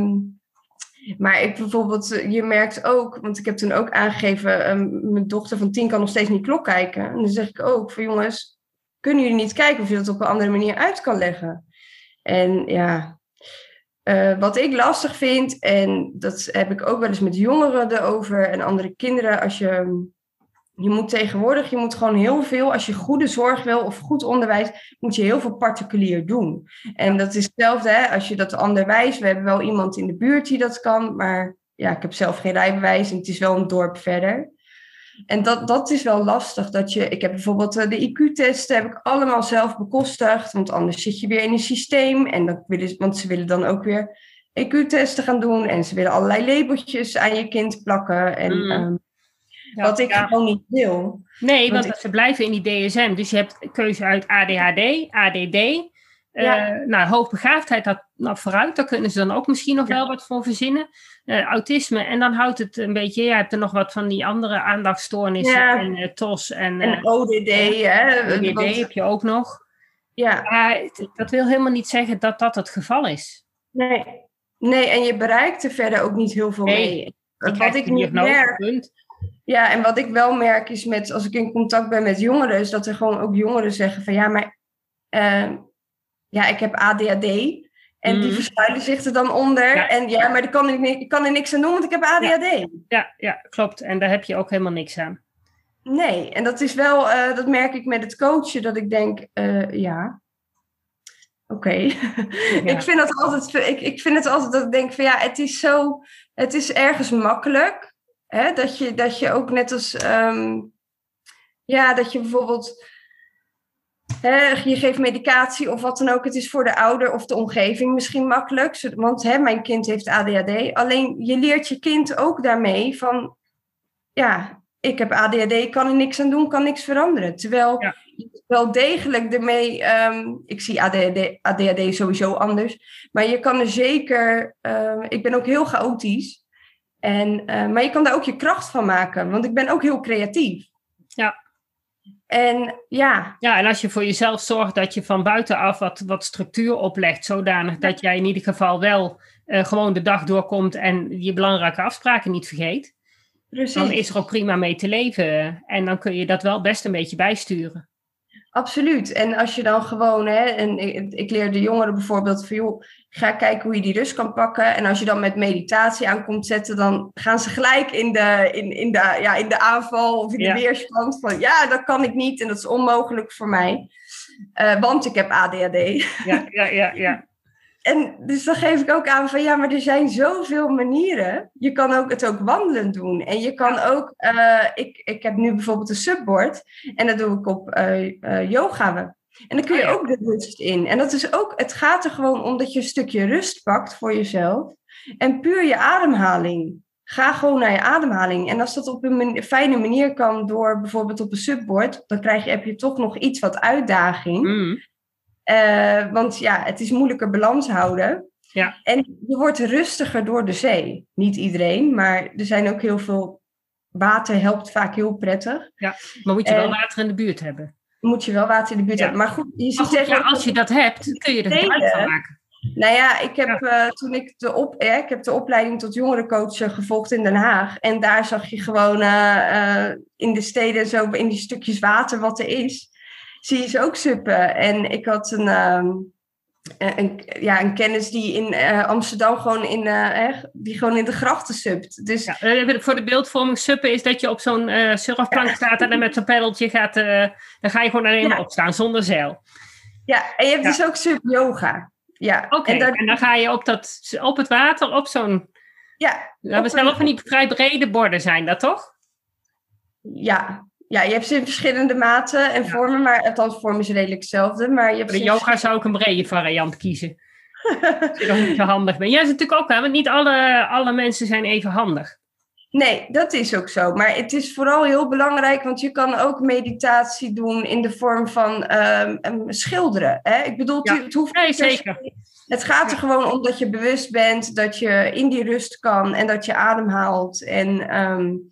maar ik bijvoorbeeld, je merkt ook, want ik heb toen ook aangegeven, mijn dochter van 10 kan nog steeds niet klok kijken. En dan zeg ik ook van jongens, kunnen jullie niet kijken of je dat op een andere manier uit kan leggen? En wat ik lastig vind, en dat heb ik ook wel eens met jongeren erover en andere kinderen, je moet gewoon heel veel, als je goede zorg wil of goed onderwijs, moet je heel veel particulier doen. En dat is hetzelfde, als je dat onderwijs, we hebben wel iemand in de buurt die dat kan, maar ik heb zelf geen rijbewijs en het is wel een dorp verder. En dat is wel lastig. Ik heb bijvoorbeeld de IQ-testen heb ik allemaal zelf bekostigd. Want anders zit je weer in een systeem. Want ze willen dan ook weer IQ-testen gaan doen. En ze willen allerlei labeltjes aan je kind plakken. En wat ik gewoon niet wil. Nee, want ze blijven in die DSM. Dus je hebt keuze uit ADHD, ADD. Hoogbegaafdheid, vooruit. Daar kunnen ze dan ook misschien nog wel wat voor verzinnen. Autisme. En dan houdt het een beetje... Je hebt er nog wat van die andere aandachtstoornissen. Ja. En TOS. En ODD. ODD heb je ook nog. Ja. Maar dat wil helemaal niet zeggen dat het geval is. Nee, en je bereikt er verder ook niet heel veel mee. Wat ik niet merk... Ja, en wat ik wel merk is als ik in contact ben met jongeren, is dat er gewoon ook jongeren zeggen van ja, maar ik heb ADHD. En die verschuilen zich er dan onder. Ja. En ja, maar ik kan er niks aan doen, want ik heb ADHD. Ja, klopt. En daar heb je ook helemaal niks aan. Nee, en dat is wel, dat merk ik met het coachen, dat ik denk, oké. Ja. Ik vind het altijd dat ik denk van ja, het is ergens makkelijk. Hè, dat je ook net als, dat je bijvoorbeeld, je geeft medicatie of wat dan ook. Het is voor de ouder of de omgeving misschien makkelijk. Want mijn kind heeft ADHD. Alleen je leert je kind ook daarmee van, ja, ik heb ADHD, kan er niks aan doen, kan niks veranderen. Terwijl je wel degelijk ermee, ik zie ADHD sowieso anders, maar je kan er zeker, ik ben ook heel chaotisch, maar je kan daar ook je kracht van maken, want ik ben ook heel creatief. Ja. En ja. Ja, en als je voor jezelf zorgt dat je van buitenaf wat structuur oplegt, zodanig dat jij in ieder geval wel gewoon de dag doorkomt en je belangrijke afspraken niet vergeet. Precies. Dan is er ook prima mee te leven. En dan kun je dat wel best een beetje bijsturen. Absoluut. En als je dan gewoon, en ik leer de jongeren bijvoorbeeld van, joh, ga kijken hoe je die rust kan pakken. En als je dan met meditatie aan komt zetten, dan gaan ze gelijk in de aanval of in de weerstand van, ja, dat kan ik niet en dat is onmogelijk voor mij. Want ik heb ADHD. Ja. En dus dan geef ik ook aan van ja, maar er zijn zoveel manieren. Je kan ook het ook wandelend doen. En je kan ook, ik heb nu bijvoorbeeld een subboard. En dat doe ik op yoga. En dan kun je ook de rust in. En dat is ook, het gaat er gewoon om dat je een stukje rust pakt voor jezelf. En puur je ademhaling. Ga gewoon naar je ademhaling. En als dat op een fijne manier kan door bijvoorbeeld op een subboard, dan heb je toch nog iets wat uitdaging. Want ja, het is moeilijker balans houden. Ja. En je wordt rustiger door de zee. Niet iedereen, maar er zijn ook heel veel... Water helpt vaak heel prettig. Ja, maar moet je wel water in de buurt hebben. Moet je wel water in de buurt hebben. Maar goed, als je dat hebt, kun je er gebruik van maken. Nou ja, ik heb de opleiding tot jongerencoach gevolgd in Den Haag. En daar zag je gewoon in de steden, zo in die stukjes water wat er is, zie je ze ook suppen. En ik had een kennis die in Amsterdam gewoon die gewoon in de grachten supt. Dus... Ja, voor de beeldvorming suppen is dat je op zo'n surfplank staat en dan met zo'n peddeltje gaat, dan ga je gewoon alleen maar opstaan zonder zeil. Ja, en je hebt dus ook sup yoga. Ja. Oké, en dan ga je op het water op zo'n... Ja. Dat zijn wel van die vrij brede borden zijn dat toch? Ja. Ja, je hebt ze in verschillende maten en vormen, maar althans vormen is redelijk hetzelfde. Maar je hebt de yoga zou ik een brede variant kiezen. Als je nog niet zo handig bent. Ja, dat is natuurlijk ook, want niet alle mensen zijn even handig. Nee, dat is ook zo. Maar het is vooral heel belangrijk, want je kan ook meditatie doen in de vorm van schilderen. Hè? Ik bedoel, het hoeft niet zeker. Het gaat er gewoon om dat je bewust bent, dat je in die rust kan en dat je ademhaalt. En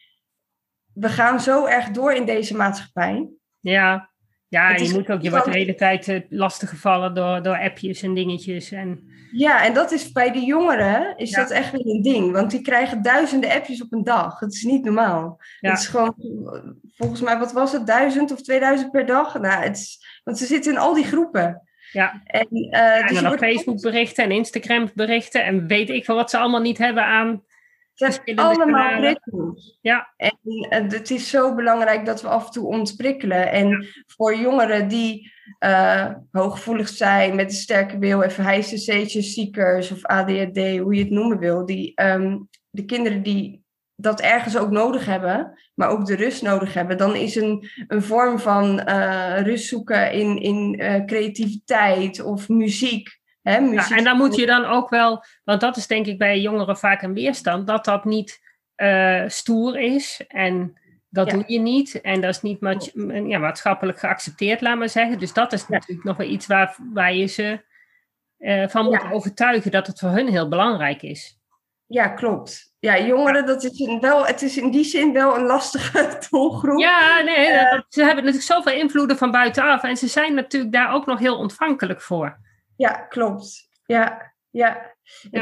we gaan zo erg door in deze maatschappij. Ja, je wordt de hele tijd lastiggevallen door appjes en dingetjes. Ja, en dat is bij de jongeren dat echt wel een ding. Want die krijgen duizenden appjes op een dag. Het is niet normaal. Ja. Het is gewoon, volgens mij, wat was het, 1000 of 2000 per dag? Nou, want ze zitten in al die groepen. Ja, en dan op Facebook berichten en Instagram berichten en weet ik veel wat ze allemaal niet hebben aan... Het zijn allemaal prikkels. Ja. En het is zo belangrijk dat we af en toe ontprikkelen. En voor jongeren die hooggevoelig zijn, met een sterke wil, even hijsenseetjes, ziekers of ADHD, hoe je het noemen wil. De kinderen die dat ergens ook nodig hebben, maar ook de rust nodig hebben, dan is een vorm van rust zoeken in creativiteit of muziek. En dan moet je dan ook wel, want dat is denk ik bij jongeren vaak een weerstand, dat niet stoer is en dat doe je niet. En dat is niet maatschappelijk geaccepteerd, laat maar zeggen. Dus dat is natuurlijk nog wel iets waar je ze van moet overtuigen dat het voor hun heel belangrijk is. Ja, klopt. Ja, jongeren, het is in die zin wel een lastige doelgroep. Ja, nee, ze hebben natuurlijk zoveel invloeden van buitenaf en ze zijn natuurlijk daar ook nog heel ontvankelijk voor. Ja, klopt. Ja. Ja. Ja.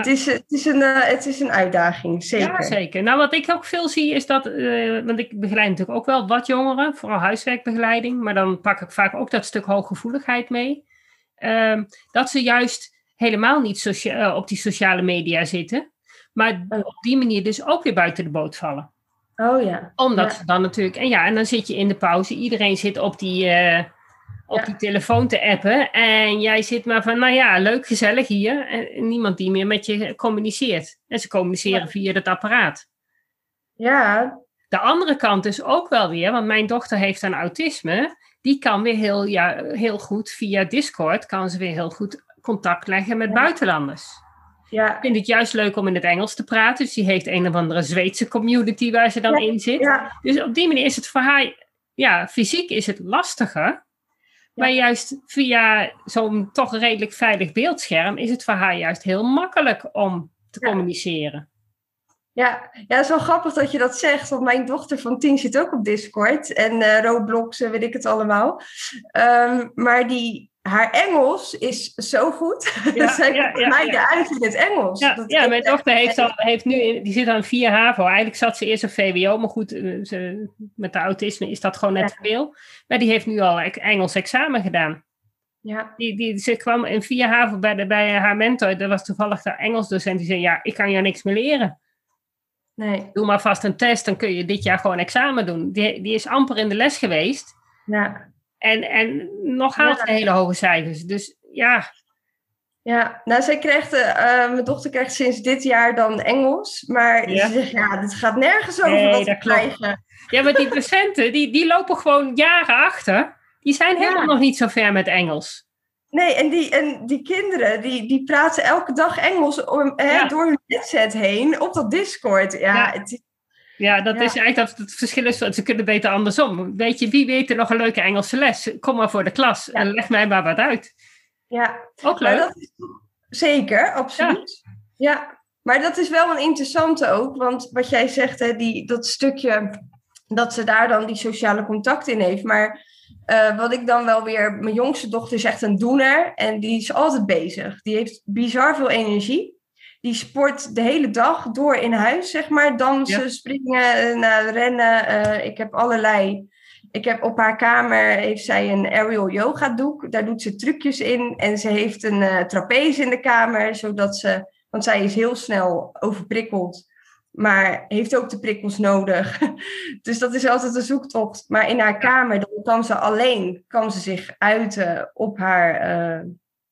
Het is een uitdaging, zeker. Ja, zeker. Nou, wat ik ook veel zie is dat, want ik begeleid natuurlijk ook wel wat jongeren, vooral huiswerkbegeleiding, maar dan pak ik vaak ook dat stuk hooggevoeligheid mee. Dat ze juist helemaal niet op die sociale media zitten, maar op die manier dus ook weer buiten de boot vallen. Oh ja. Omdat ze dan natuurlijk, en dan zit je in de pauze, iedereen zit op die telefoon te appen en jij zit maar van, nou ja, leuk, gezellig hier. En niemand die meer met je communiceert. En ze communiceren via dat apparaat. Ja. De andere kant is ook wel weer, want mijn dochter heeft dan autisme. Die kan weer heel goed via Discord, kan ze weer heel goed contact leggen met buitenlanders. Ja. Ik vind het juist leuk om in het Engels te praten. Dus die heeft een of andere Zweedse community waar ze dan in zit. Ja. Dus op die manier is het voor haar, fysiek is het lastiger. Maar juist via zo'n toch redelijk veilig beeldscherm is het voor haar juist heel makkelijk om te communiceren. Ja, het is wel grappig dat je dat zegt, want mijn dochter van 10 zit ook op Discord en Roblox, weet ik het allemaal. Maar haar Engels is zo goed. Zij komt mij eruit in het Engels. Ja, mijn dochter die zit aan 4 HAVO. Eigenlijk zat ze eerst op VWO, maar goed, met de autisme is dat gewoon net veel. Maar die heeft nu al Engels examen gedaan. Ja. Ze kwam in 4 HAVO bij haar mentor, dat was toevallig de Engelsdocent, die zei, ik kan jou niks meer leren. Nee. Doe maar vast een test, dan kun je dit jaar gewoon examen doen. Die is amper in de les geweest. Ja. En nog haalt ze hele hoge cijfers. Dus ja. Ja, nou mijn dochter krijgt sinds dit jaar dan Engels. Maar ze zegt, dit gaat nergens over wat we krijgen. Ja, maar die docenten, die lopen gewoon jaren achter. Die zijn helemaal nog niet zo ver met Engels. Nee, en die kinderen, die praten elke dag Engels door hun headset heen op dat Discord. Ja, dat is eigenlijk het verschil is, ze kunnen beter andersom. Weet je, wie weet er nog een leuke Engelse les? Kom maar voor de klas en leg mij maar wat uit. Ja, ook leuk. Dat is, zeker, absoluut. Ja, maar dat is wel een interessante ook, want wat jij zegt, dat stukje dat ze daar dan die sociale contact in heeft. Maar wat ik dan wel weer, mijn jongste dochter is echt een doener en die is altijd bezig. Die heeft bizar veel energie. Die sport de hele dag door in huis, zeg maar. Dansen, springen, rennen. Ik heb op haar kamer heeft zij een aerial yoga doek. Daar doet ze trucjes in. En ze heeft een trapeze in de kamer. Want zij is heel snel overprikkeld. Maar heeft ook de prikkels nodig. Dus dat is altijd een zoektocht. Maar in haar kamer dan kan ze zich uiten op haar...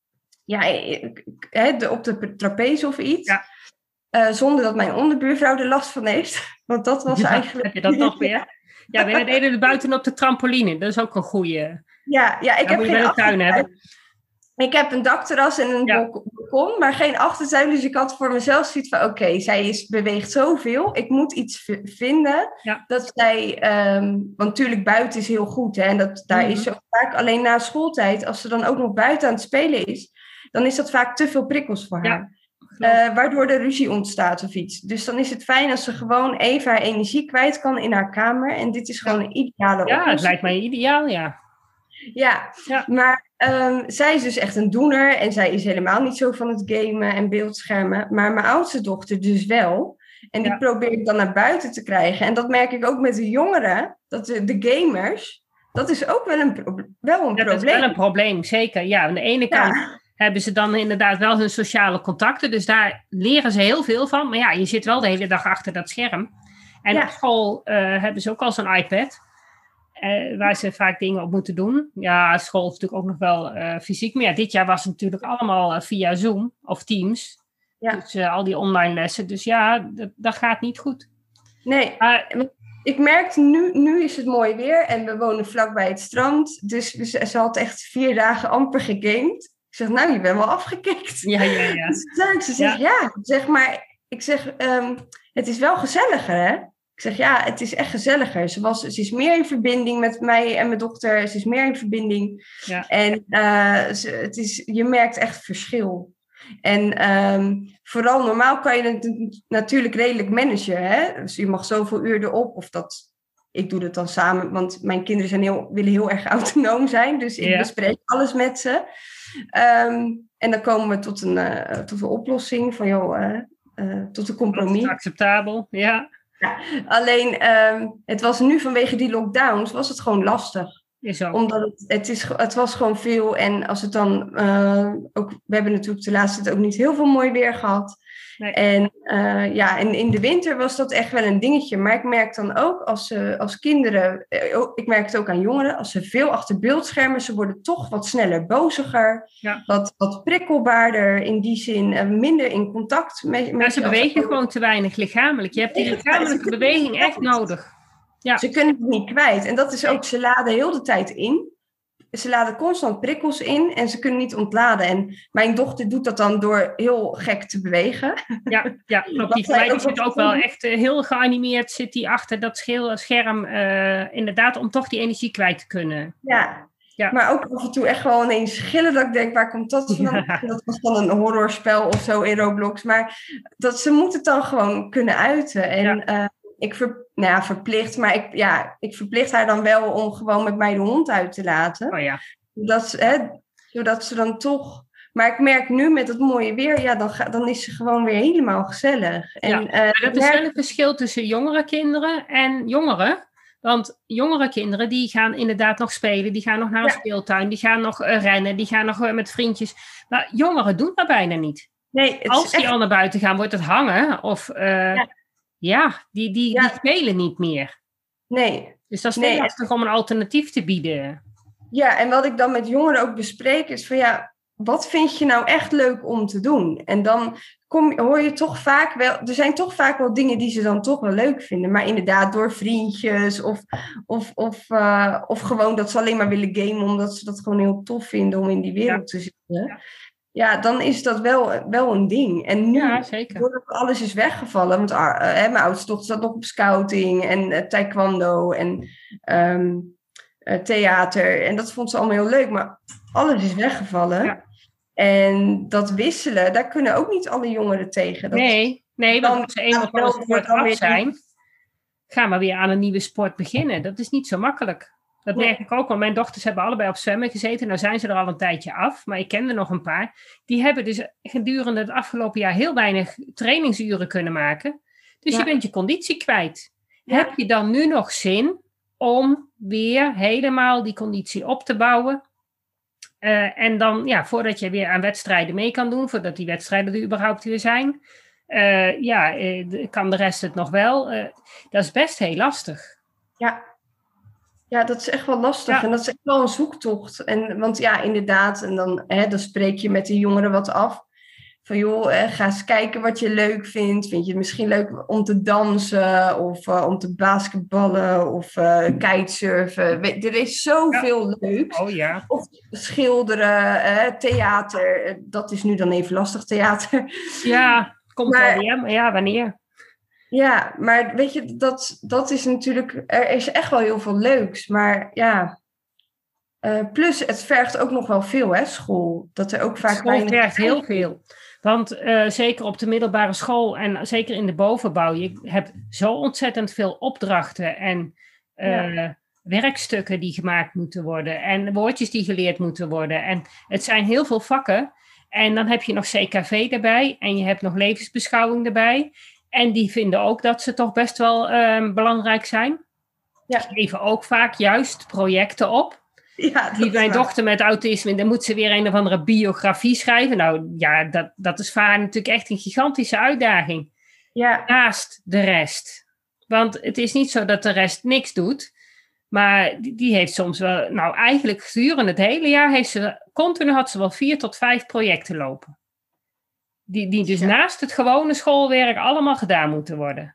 op de trapeze of iets. Ja. Zonder dat mijn onderbuurvrouw er last van heeft. Want dat was eigenlijk... Heb je dat nog weer? Ja, wij deden het buiten op de trampoline. Dat is ook een goede... Ja, ik heb geen tuin hebben. Ik heb een dakterras en een balkon, maar geen achtertuin. Dus ik had voor mezelf zoiets van... Oké, zij beweegt zoveel. Ik moet iets vinden dat zij... want natuurlijk buiten is heel goed. Hè, en daar is ze ook vaak alleen na schooltijd. Als ze dan ook nog buiten aan het spelen is... dan is dat vaak te veel prikkels voor haar. Waardoor er ruzie ontstaat of iets. Dus dan is het fijn als ze gewoon even haar energie kwijt kan in haar kamer. En dit is gewoon een ideale oplossing. Ja, het lijkt mij ideaal, Ja, maar zij is dus echt een doener. En zij is helemaal niet zo van het gamen en beeldschermen. Maar mijn oudste dochter dus wel. En die probeer ik dan naar buiten te krijgen. En dat merk ik ook met de jongeren. Dat de gamers, dat is ook wel een probleem. Dat is wel een probleem, zeker. Ja, aan de ene kant... hebben ze dan inderdaad wel hun sociale contacten. Dus daar leren ze heel veel van. Maar je zit wel de hele dag achter dat scherm. En op school hebben ze ook al zo'n iPad. Waar ze vaak dingen op moeten doen. Ja, school is natuurlijk ook nog wel fysiek. Maar dit jaar was het natuurlijk allemaal via Zoom of Teams. Ja. Dus al die online lessen. Dus dat gaat niet goed. Nee, ik merkte nu is het mooi weer. En we wonen vlakbij het strand. Dus ze had echt 4 dagen amper gegamed. Ik zeg, je bent wel afgekikt. Ja. Ze zegt, het is wel gezelliger, hè? Ik zeg, het is echt gezelliger. Ze is meer in verbinding met mij en mijn dochter. Ze is meer in verbinding. Ja. En je merkt echt verschil. En vooral normaal kan je het natuurlijk redelijk managen, hè? Dus je mag zoveel uur erop of dat ik doe dat dan samen, want mijn kinderen willen heel erg autonoom zijn. Dus ik bespreek alles met ze. En dan komen we tot een oplossing van, tot een compromis. Dat is acceptabel, ja. Alleen, het was nu vanwege die lockdowns, was het gewoon lastig. Omdat het was gewoon veel. En als het dan we hebben natuurlijk de laatste tijd ook niet heel veel mooi weer gehad. Nee. En in de winter was dat echt wel een dingetje. Maar ik merk dan ook als kinderen, ik merk het ook aan jongeren, als ze veel achter beeldschermen, ze worden toch wat sneller boziger, wat prikkelbaarder in die zin, minder in contact met ze bewegen gewoon te weinig lichamelijk. Je hebt die lichamelijke beweging echt nodig. Ja. Ze kunnen het niet kwijt. En dat is ook, ze laden heel de tijd in. Ze laden constant prikkels in en ze kunnen niet ontladen. En mijn dochter doet dat dan door heel gek te bewegen. Ja klopt. Die zit ook wel echt heel geanimeerd, zit die achter dat scherm inderdaad om toch die energie kwijt te kunnen. Ja. Maar ook af en toe echt gewoon eens schillen dat ik denk, waar komt dat vandaan? Ja. Dat was dan een horrorspel of zo in Roblox. Maar ze moeten het dan gewoon kunnen uiten. En ik verplicht haar dan wel om gewoon met mij de hond uit te laten. Oh ja. Zodat ze dan toch... Maar ik merk nu met het mooie weer, dan is ze gewoon weer helemaal gezellig. En, dat is wel een verschil tussen jongere kinderen en jongeren. Want jongere kinderen, die gaan inderdaad nog spelen. Die gaan nog naar een speeltuin. Die gaan nog rennen. Die gaan nog met vriendjes. Maar jongeren doen dat bijna niet. Nee, als die al naar buiten gaan, wordt het hangen. Of... die spelen niet meer. Nee. Dus dat is heel lastig om een alternatief te bieden. Ja, en wat ik dan met jongeren ook bespreek is van wat vind je nou echt leuk om te doen? En dan hoor je toch vaak wel, er zijn toch vaak wel dingen die ze dan toch wel leuk vinden. Maar inderdaad door vriendjes of gewoon dat ze alleen maar willen gamen omdat ze dat gewoon heel tof vinden om in die wereld te zitten. Ja, dan is dat wel een ding. En nu, doordat alles is weggevallen, want mijn oudste dochter zat nog op scouting en taekwondo en theater. En dat vond ze allemaal heel leuk, maar alles is weggevallen. Ja. En dat wisselen, daar kunnen ook niet alle jongeren tegen. Nee, want als ze eenmaal van de sport af zijn, gaan we weer aan een nieuwe sport beginnen. Dat is niet zo makkelijk. Dat merk ik ook, want mijn dochters hebben allebei op zwemmen gezeten. Nou zijn ze er al een tijdje af, maar ik ken er nog een paar. Die hebben dus gedurende het afgelopen jaar heel weinig trainingsuren kunnen maken. Dus je bent je conditie kwijt. Ja. Heb je dan nu nog zin om weer helemaal die conditie op te bouwen? En dan, voordat je weer aan wedstrijden mee kan doen, voordat die wedstrijden er überhaupt weer zijn, kan de rest het nog wel. Dat is best heel lastig. Ja, dat is echt wel lastig. Ja. En dat is echt wel een zoektocht. Want inderdaad, en dan spreek je met de jongeren wat af. Van ga eens kijken wat je leuk vindt. Vind je het misschien leuk om te dansen of om te basketballen of kitesurfen? Er is zoveel leuks. Oh, ja. Of schilderen, theater. Dat is nu dan even lastig, theater. Ja, komt wel weer. Maar wanneer? Ja, maar weet je, dat is natuurlijk... Er is echt wel heel veel leuks, maar plus, het vergt ook nog wel veel, hè, school. Dat er ook vaak school vergt heel veel. Want zeker op de middelbare school en zeker in de bovenbouw... je hebt zo ontzettend veel opdrachten en werkstukken die gemaakt moeten worden... en woordjes die geleerd moeten worden. En het zijn heel veel vakken. En dan heb je nog CKV erbij en je hebt nog levensbeschouwing erbij... En die vinden ook dat ze toch best wel belangrijk zijn. Ja. Geven ook vaak juist projecten op. Ja, die mijn dochter met autisme, dan moet ze weer een of andere biografie schrijven. Nou ja, dat is voor haar natuurlijk echt een gigantische uitdaging. Ja. Naast de rest. Want het is niet zo dat de rest niks doet. Maar die heeft soms wel, nou eigenlijk gedurende het hele jaar had ze wel 4 tot 5 projecten lopen. Die dus naast het gewone schoolwerk allemaal gedaan moeten worden.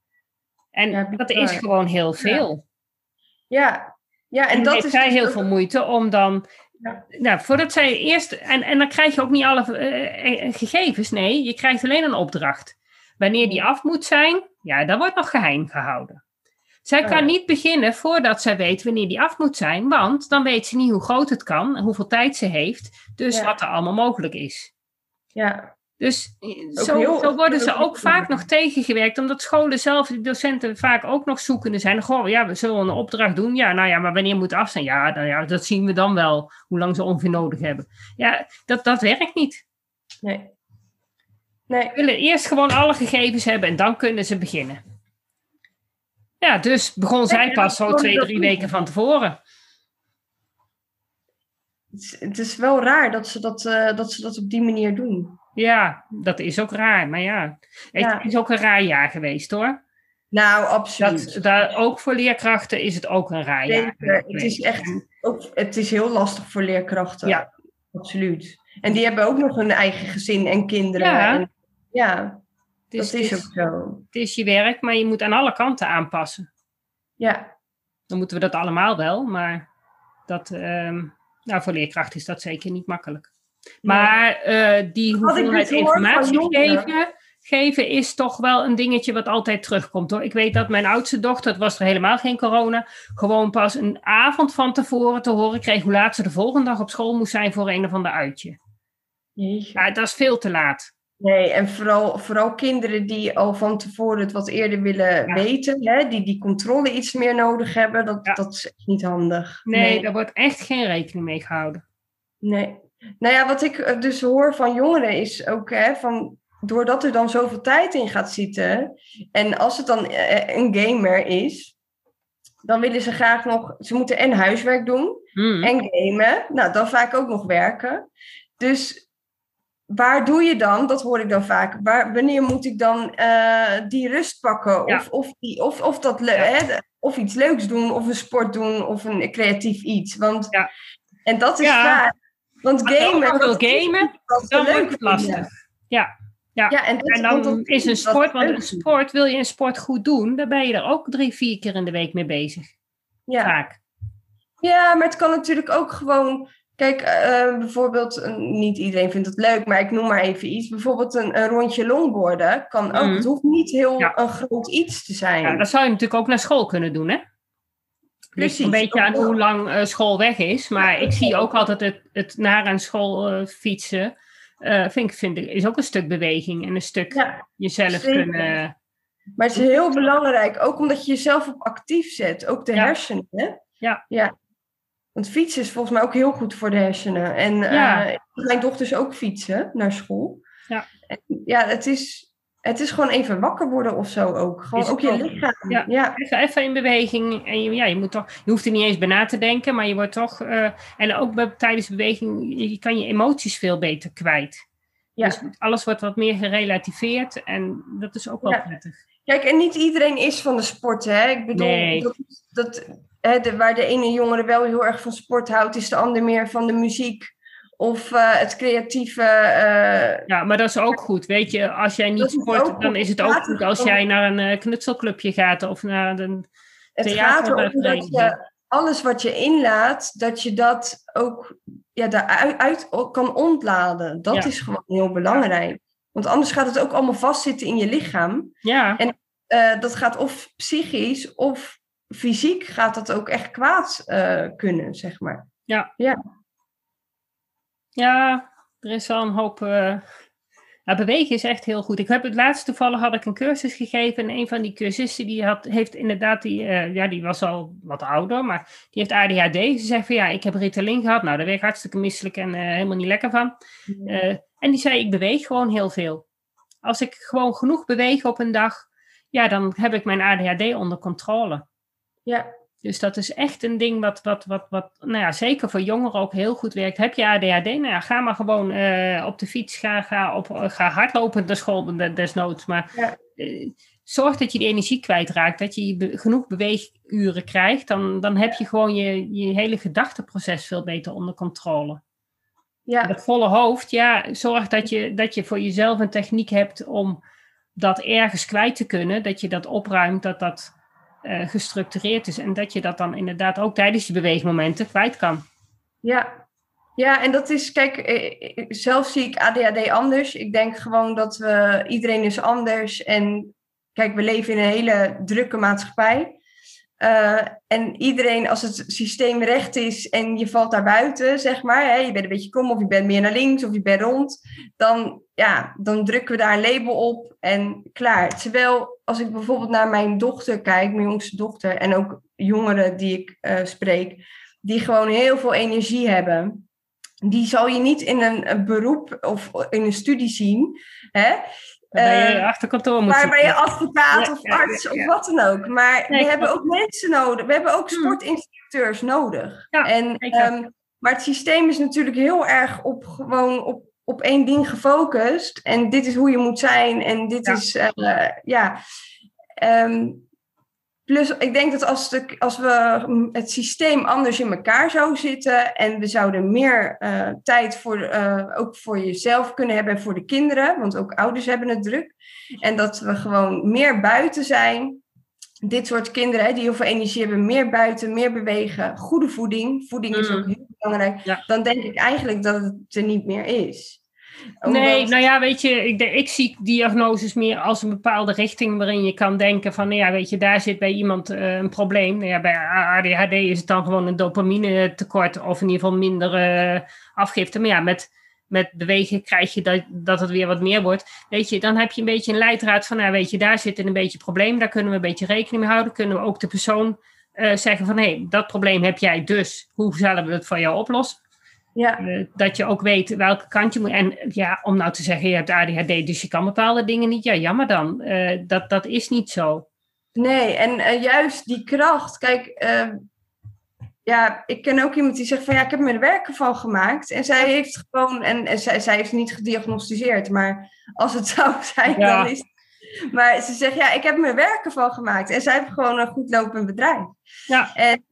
En dat is gewoon heel veel. Ja. En dat heeft zij heel veel moeite om dan... Ja. Nou, voordat zij eerst... En dan krijg je ook niet alle gegevens. Nee, je krijgt alleen een opdracht. Wanneer die af moet zijn, dat wordt nog geheim gehouden. Zij kan niet beginnen voordat zij weet wanneer die af moet zijn. Want dan weet ze niet hoe groot het kan en hoeveel tijd ze heeft. Dus wat er allemaal mogelijk is. Ja. Dus zo worden ze ook vaak nog tegengewerkt, omdat scholen zelf, de docenten vaak ook nog zoekende zijn. Goh, ja, we zullen een opdracht doen. Ja, nou ja, maar wanneer moet het af zijn? Ja, nou ja, dat zien we dan wel, hoe lang ze ongeveer nodig hebben. Ja, dat werkt niet. Nee. We willen eerst gewoon alle gegevens hebben en dan kunnen ze beginnen. Ja, dus begon zij pas zo 2-3 weken van tevoren. Het is wel raar dat ze dat op die manier doen. Ja, dat is ook raar. Maar ja, het is ook een raar jaar geweest hoor. Nou, absoluut. Ook voor leerkrachten is het ook een raar jaar. Het is heel lastig voor leerkrachten. Ja. Absoluut. En die hebben ook nog hun eigen gezin en kinderen. Ja. Dat is ook zo. Het is je werk, maar je moet aan alle kanten aanpassen. Ja. Dan moeten we dat allemaal wel, maar voor leerkrachten is dat zeker niet makkelijk. Maar die hoeveelheid informatie geven is toch wel een dingetje wat altijd terugkomt hoor. Ik weet dat mijn oudste dochter, het was er helemaal geen corona, gewoon pas een avond van tevoren te horen kreeg hoe laat ze de volgende dag op school moest zijn voor een of ander uitje. Ja, dat is veel te laat. Nee, en vooral kinderen die al van tevoren het wat eerder willen weten, hè, die controle iets meer nodig hebben, dat is echt niet handig. Nee, daar wordt echt geen rekening mee gehouden. Nee. Nou ja, wat ik dus hoor van jongeren is ook, doordat er dan zoveel tijd in gaat zitten, en als het dan een gamer is, dan willen ze graag nog, ze moeten en huiswerk doen en gamen, nou dan vaak ook nog werken. Dus waar doe je dan, dat hoor ik dan vaak, wanneer moet ik dan die rust pakken? Of iets leuks doen, of een sport doen, of een creatief iets. En dat is vaak. Want gamen, dan wordt het lastig. Ja. En dan is een sport, wil je een sport goed doen, dan ben je er ook 3-4 keer in de week mee bezig. Ja. Vaak. Ja, maar het kan natuurlijk ook gewoon. Kijk, bijvoorbeeld, niet iedereen vindt het leuk, maar ik noem maar even iets. Bijvoorbeeld een rondje longboarden kan ook. Het hoeft niet heel een groot iets te zijn. Ja, dat zou je natuurlijk ook naar school kunnen doen, hè? Precies. Ligt een beetje aan hoe lang school weg is. Maar ik zie ook altijd het naar een school fietsen. Vind ik, is ook een stuk beweging en een stuk jezelf kunnen. Maar het is heel belangrijk, ook omdat je jezelf op actief zet. Ook de hersenen, hè? Ja. Want fietsen is volgens mij ook heel goed voor de hersenen. En mijn dochters ook fietsen naar school. Ja, het is gewoon even wakker worden of zo ook. Gewoon ook je lichaam. Ja. Even in beweging. En je hoeft er niet eens bij na te denken, maar je wordt toch. En ook tijdens beweging, je kan je emoties veel beter kwijt. Ja. Dus alles wordt wat meer gerelativeerd en dat is ook wel prettig. Kijk, en niet iedereen is van de sport, hè? Ik bedoel, waar de ene jongere wel heel erg van sport houdt, is de ander meer van de muziek of het creatieve. Ja, maar dat is ook goed. Weet je, als jij niet sport, dan is het ook goed als jij naar een knutselclubje gaat of naar een theater. Het gaat erom dat je alles wat je inlaat, dat je dat ook daaruit kan ontladen. Dat is gewoon heel belangrijk. Want anders gaat het ook allemaal vastzitten in je lichaam. Ja. En dat gaat of psychisch of fysiek gaat dat ook echt kwaad kunnen, zeg maar. Ja, er is wel een hoop. Bewegen is echt heel goed. Ik heb het laatst toevallig had ik een cursus gegeven. En een van die cursisten heeft inderdaad die was al wat ouder, maar die heeft ADHD. Ze zegt van ik heb Ritalin gehad. Nou, daar werd ik hartstikke misselijk en helemaal niet lekker van. En die zei, ik beweeg gewoon heel veel. Als ik gewoon genoeg beweeg op een dag, dan heb ik mijn ADHD onder controle. Ja. Dus dat is echt een ding wat zeker voor jongeren ook heel goed werkt. Heb je ADHD? Nou ja, ga maar gewoon op de fiets, ga hardlopen naar school desnoods. Maar zorg dat je die energie kwijtraakt, dat je genoeg beweeguren krijgt. Dan heb je gewoon je hele gedachteproces veel beter onder controle. Ja. Het volle hoofd, zorg dat je voor jezelf een techniek hebt om dat ergens kwijt te kunnen. Dat je dat opruimt, dat gestructureerd is. En dat je dat dan inderdaad ook tijdens je beweegmomenten kwijt kan. Ja, en dat is, kijk, zelf zie ik ADHD anders. Ik denk gewoon dat iedereen is anders. En kijk, we leven in een hele drukke maatschappij. En iedereen, als het systeem recht is en je valt daar buiten, zeg maar, hè, je bent een beetje krom of je bent meer naar links of je bent rond, dan drukken we daar een label op en klaar. Terwijl als ik bijvoorbeeld naar mijn dochter kijk, mijn jongste dochter, en ook jongeren die ik spreek, die gewoon heel veel energie hebben, die zal je niet in een beroep of in een studie zien, hè? Waarbij je achter kantoor moet zitten. Waarbij je advocaat of arts of wat dan ook. Maar we hebben ook mensen nodig. We hebben ook sportinstructeurs nodig. Ja, maar het systeem is natuurlijk heel erg op één ding gefocust. En dit is hoe je moet zijn. En dit is... plus, ik denk dat als we het systeem anders in elkaar zou zitten en we zouden meer tijd ook voor jezelf kunnen hebben en voor de kinderen, want ook ouders hebben het druk. En dat we gewoon meer buiten zijn. Dit soort kinderen die heel veel energie hebben, meer buiten, meer bewegen, goede voeding. Voeding is ook heel belangrijk. Ja. Dan denk ik eigenlijk dat het er niet meer is. Nee, nou ja, weet je, ik zie diagnoses meer als een bepaalde richting waarin je kan denken van, nou ja, weet je, daar zit bij iemand een probleem. Nou ja, bij ADHD is het dan gewoon een dopamine tekort of in ieder geval minder afgifte. Maar ja, met bewegen krijg je dat het weer wat meer wordt. Weet je, dan heb je een beetje een leidraad van, nou weet je, daar zit een beetje probleem. Daar kunnen we een beetje rekening mee houden. Kunnen we ook de persoon zeggen van, hé, dat probleem heb jij dus. Hoe zullen we het voor jou oplossen? Ja. Dat je ook weet welke kant je moet. En ja, om nou te zeggen, je hebt ADHD, dus je kan bepaalde dingen niet. Ja, jammer dan. Dat is niet zo. Nee, en juist die kracht. Kijk, ik ken ook iemand die zegt van, ja, ik heb me er werken van gemaakt. En zij heeft gewoon, en zij heeft niet gediagnosticeerd. Maar als het zou zijn, dan is het. Maar ze zegt, ja, ik heb me werken van gemaakt. En zij heeft gewoon een goed lopend bedrijf. Ja. En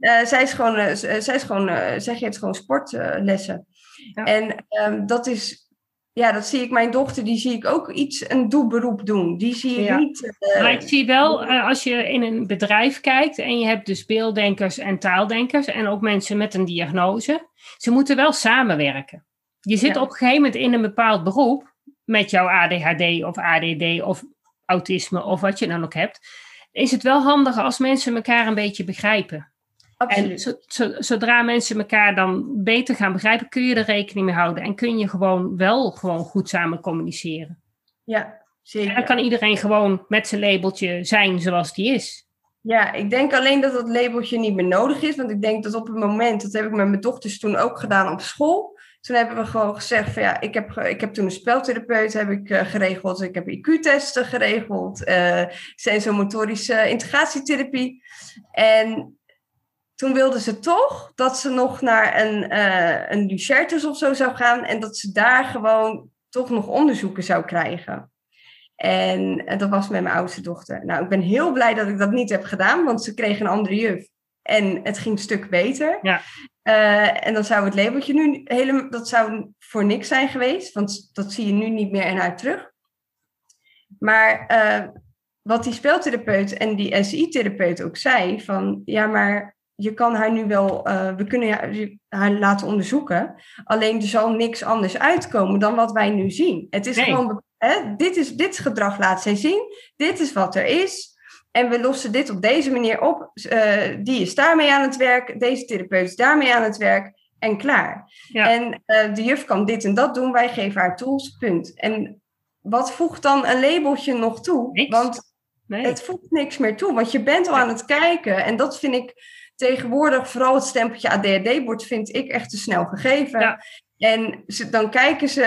zij geeft gewoon sportlessen. Ja. En dat zie ik, mijn dochter, die zie ik ook een doelberoep doen. Die zie ik niet... maar ik zie wel, als je in een bedrijf kijkt en je hebt dus beelddenkers en taaldenkers en ook mensen met een diagnose, ze moeten wel samenwerken. Je zit op een gegeven moment in een bepaald beroep met jouw ADHD of ADD of autisme of wat je dan ook hebt, is het wel handiger als mensen elkaar een beetje begrijpen. Absoluut. En zodra mensen elkaar dan beter gaan begrijpen, kun je er rekening mee houden en kun je gewoon goed samen communiceren. Ja, zeker. En dan kan iedereen gewoon met zijn labeltje zijn zoals die is. Ja, ik denk alleen dat labeltje niet meer nodig is, want ik denk dat op het moment, dat heb ik met mijn dochters toen ook gedaan op school. Toen hebben we gewoon gezegd van ja, ik heb toen een speltherapeut geregeld. Ik heb IQ-testen geregeld. Sensomotorische integratietherapie. En toen wilden ze toch dat ze nog naar een Lucertus of zo zou gaan. En dat ze daar gewoon toch nog onderzoeken zou krijgen. En dat was met mijn oudste dochter. Nou, ik ben heel blij dat ik dat niet heb gedaan. Want ze kreeg een andere juf. En het ging een stuk beter. Ja. En dan zou het labeltje nu dat zou voor niks zijn geweest. Want dat zie je nu niet meer in haar terug. Maar wat die speeltherapeut en die SI-therapeut ook zei. Van ja, maar je kan haar nu wel... we kunnen haar laten onderzoeken. Alleen er zal niks anders uitkomen dan wat wij nu zien. Het is gewoon... dit gedrag laat zij zien. Dit is wat er is. En we lossen dit op deze manier op. Die is daarmee aan het werk. Deze therapeut is daarmee aan het werk. En klaar. Ja. En de juf kan dit en dat doen. Wij geven haar tools, punt. En wat voegt dan een labeltje nog toe? Niks. Want het voegt niks meer toe. Want je bent al aan het kijken. En dat vind ik tegenwoordig, vooral het stempeltje ADHD wordt, vind ik echt te snel gegeven. Ja. En dan kijken ze...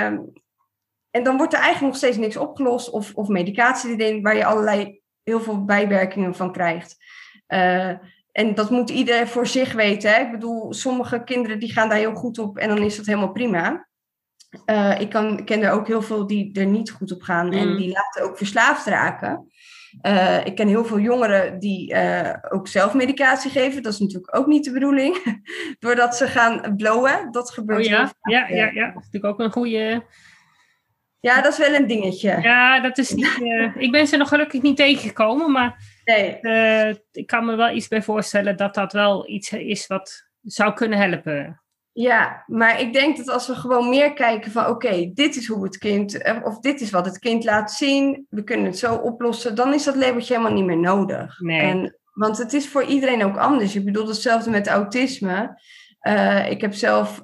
en dan wordt er eigenlijk nog steeds niks opgelost. Of medicatie erin, waar je heel veel bijwerkingen van krijgt. En dat moet iedereen voor zich weten. Hè? Ik bedoel, sommige kinderen die gaan daar heel goed op en dan is dat helemaal prima. Ik ken er ook heel veel die er niet goed op gaan en die laten ook verslaafd raken. Ik ken heel veel jongeren die ook zelf medicatie geven. Dat is natuurlijk ook niet de bedoeling. Doordat ze gaan blowen, dat gebeurt heel vaak. Ja, dat is natuurlijk ook een goede... Ja, dat is wel een dingetje. Ja, dat is niet... ik ben ze nog gelukkig niet tegengekomen, maar ik kan me wel iets bij voorstellen dat dat wel iets is wat zou kunnen helpen. Ja, maar ik denk dat als we gewoon meer kijken van oké, dit is hoe het kind, of dit is wat het kind laat zien, we kunnen het zo oplossen, dan is dat labeltje helemaal niet meer nodig. Nee. En Want het is voor iedereen ook anders. Ik bedoel, hetzelfde met autisme. Ik heb zelf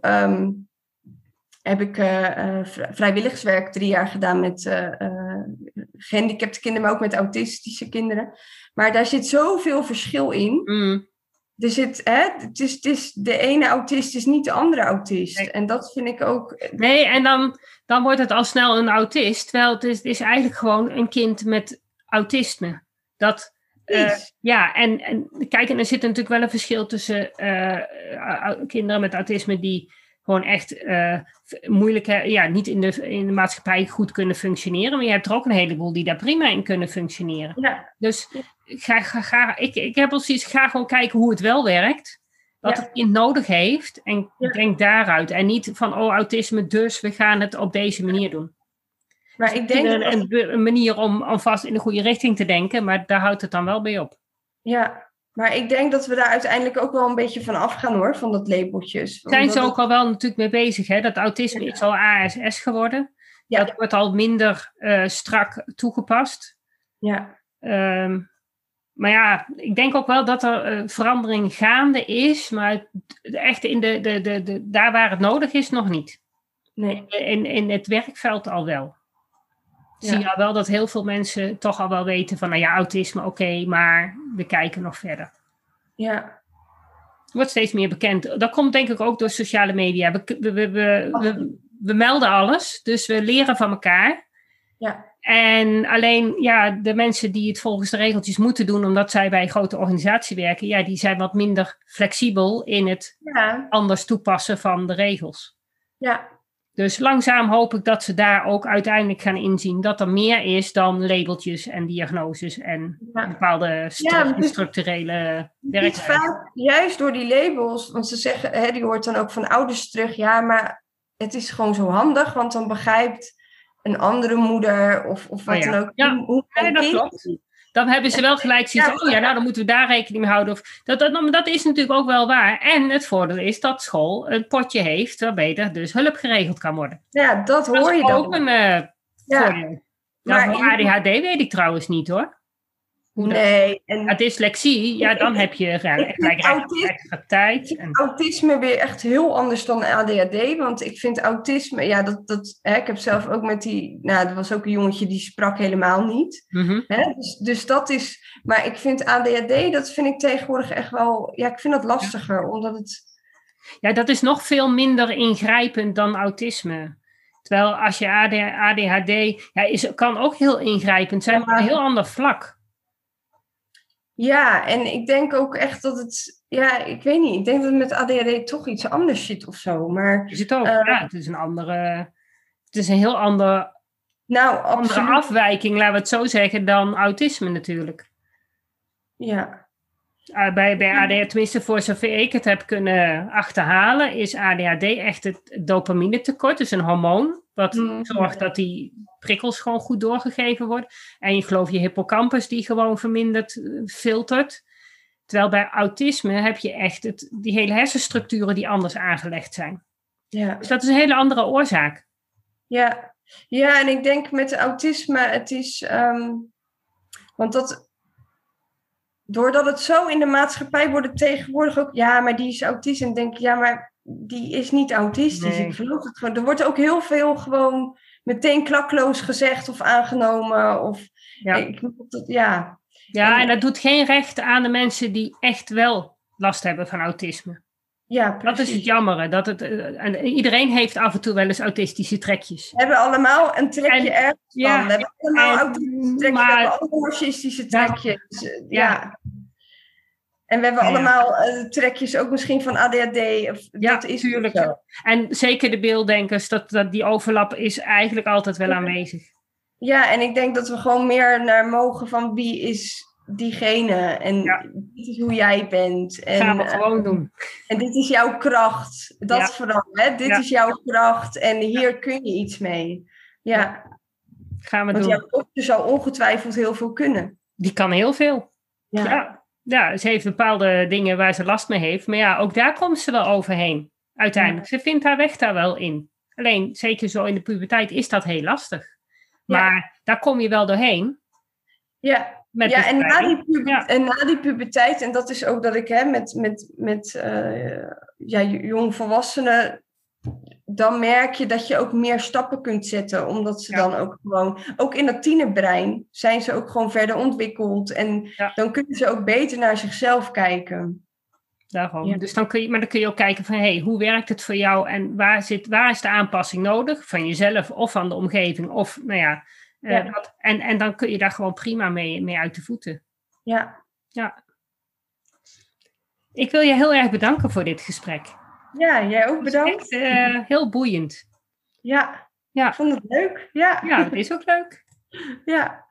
vrijwilligerswerk 3 jaar gedaan met gehandicapte kinderen, maar ook met autistische kinderen. Maar daar zit zoveel verschil in. Er zit, het is de ene autist is niet de andere autist. Nee. En dat vind ik ook... Nee, en dan wordt het al snel een autist. Terwijl het is eigenlijk gewoon een kind met autisme. Dat... ja, en kijk, en er zit natuurlijk wel een verschil tussen kinderen met autisme die gewoon echt moeilijk, niet in de maatschappij goed kunnen functioneren. Maar je hebt er ook een heleboel die daar prima in kunnen functioneren. Ja. Dus ik heb al zoiets, ga gewoon kijken hoe het wel werkt. Wat het kind nodig heeft. En denk daaruit. En niet van, autisme, dus we gaan het op deze manier doen. Maar ik denk een manier om vast in de goede richting te denken, maar daar houdt het dan wel bij op. Ja, maar ik denk dat we daar uiteindelijk ook wel een beetje van afgaan hoor, van dat labeltjes. Zijn ze ook al wel natuurlijk mee bezig, hè? Dat autisme is al ASS geworden. Ja. Dat wordt al minder strak toegepast. Ja. Maar ja, ik denk ook wel dat er verandering gaande is, maar echt in daar waar het nodig is, nog niet. Nee. In het werkveld al wel. Zie je al wel dat heel veel mensen toch al wel weten van, autisme, oké, maar we kijken nog verder. Ja. Het wordt steeds meer bekend. Dat komt denk ik ook door sociale media. We melden alles, dus we leren van elkaar. Ja. En alleen, de mensen die het volgens de regeltjes moeten doen, omdat zij bij een grote organisatie werken, die zijn wat minder flexibel in het anders toepassen van de regels. Ja. Dus langzaam hoop ik dat ze daar ook uiteindelijk gaan inzien dat er meer is dan labeltjes en diagnoses en bepaalde structurele werkwijze. Vaak juist door die labels, want ze zeggen, die hoort dan ook van ouders terug, maar het is gewoon zo handig, want dan begrijpt een andere moeder of wat dan ook. Ja, dat klopt. Dan hebben ze wel gelijk zoiets dan moeten we daar rekening mee houden. Dat is natuurlijk ook wel waar. En het voordeel is dat school een potje heeft waarbij er dus hulp geregeld kan worden. Ja, dat hoor je dan. Dat is ook een voordeel. Maar voor ADHD weet ik trouwens niet hoor. En dyslexie, dan heb je extra tijd. Autisme weer echt heel anders dan ADHD. Want ik vind autisme, ik heb zelf ook met er was ook een jongetje die sprak helemaal niet. Mm-hmm. Dus dat is, maar ik vind ADHD, dat vind ik tegenwoordig echt wel, ik vind dat lastiger, omdat het... Ja, dat is nog veel minder ingrijpend dan autisme. Terwijl als je ADHD, kan ook heel ingrijpend zijn, maar een heel ander vlak. Ja, en ik denk ook echt dat het... Ja, ik weet niet. Ik denk dat het met ADHD toch iets anders zit of zo. Maar, is het ook? Het is een andere... Het is een heel andere afwijking, laten we het zo zeggen, dan autisme natuurlijk. Ja. Bij ADHD, tenminste voor zover ik het heb kunnen achterhalen, is ADHD echt het dopamine tekort. Dus een hormoon wat zorgt dat die prikkels gewoon goed doorgegeven worden. En je geloof je hippocampus die gewoon verminderd filtert. Terwijl bij autisme heb je echt die hele hersenstructuren die anders aangelegd zijn. Ja. Dus dat is een hele andere oorzaak. Ja, en ik denk met autisme, het is... want doordat het zo in de maatschappij wordt tegenwoordig ook... Ja, maar die is autist. En denk ik, maar die is niet autistisch. Nee. Ik geloof het gewoon. Er wordt ook heel veel gewoon meteen klakloos gezegd of aangenomen. Of, en dat doet geen recht aan de mensen die echt wel last hebben van autisme. Ja, precies. Dat is het jammere. Iedereen heeft af en toe wel eens autistische trekjes. We hebben allemaal een trekje ergens van. We hebben allemaal autistische trekjes, we hebben allemaal narcistische trekjes. En we hebben allemaal trekjes ook misschien van ADHD. Dat is natuurlijk zo. En zeker de beelddenkers, dat die overlap is eigenlijk altijd wel aanwezig. Ja, en ik denk dat we gewoon meer naar mogen van wie is diegene. En dit is hoe jij bent. En, gaan we gewoon doen. En dit is jouw kracht. Dat vooral. Hè? Dit is jouw kracht. En hier kun je iets mee. Ja. Gaan we doen. Want jouw dochter zal ongetwijfeld heel veel kunnen. Die kan heel veel. Ja, ze heeft bepaalde dingen waar ze last mee heeft. Maar ook daar komt ze wel overheen. Uiteindelijk. Ze vindt haar weg daar wel in. Alleen, zeker zo in de puberteit is dat heel lastig. Maar daar kom je wel doorheen. Ja. En na die puberteit, en dat is ook dat ik met jongvolwassenen, dan merk je dat je ook meer stappen kunt zetten. Omdat ze dan ook gewoon, ook in dat tienerbrein, zijn ze ook gewoon verder ontwikkeld. En dan kunnen ze ook beter naar zichzelf kijken. Daarom. Ja. Dus dan kun je ook kijken van, hoe werkt het voor jou en waar is de aanpassing nodig? Van jezelf of van de omgeving of, en dan kun je daar gewoon prima mee uit de voeten. Ja. Ik wil je heel erg bedanken voor dit gesprek. Ja, jij ook bedankt. Het is echt heel boeiend. Ja, ik vond het leuk. Ja, het is ook leuk. Ja.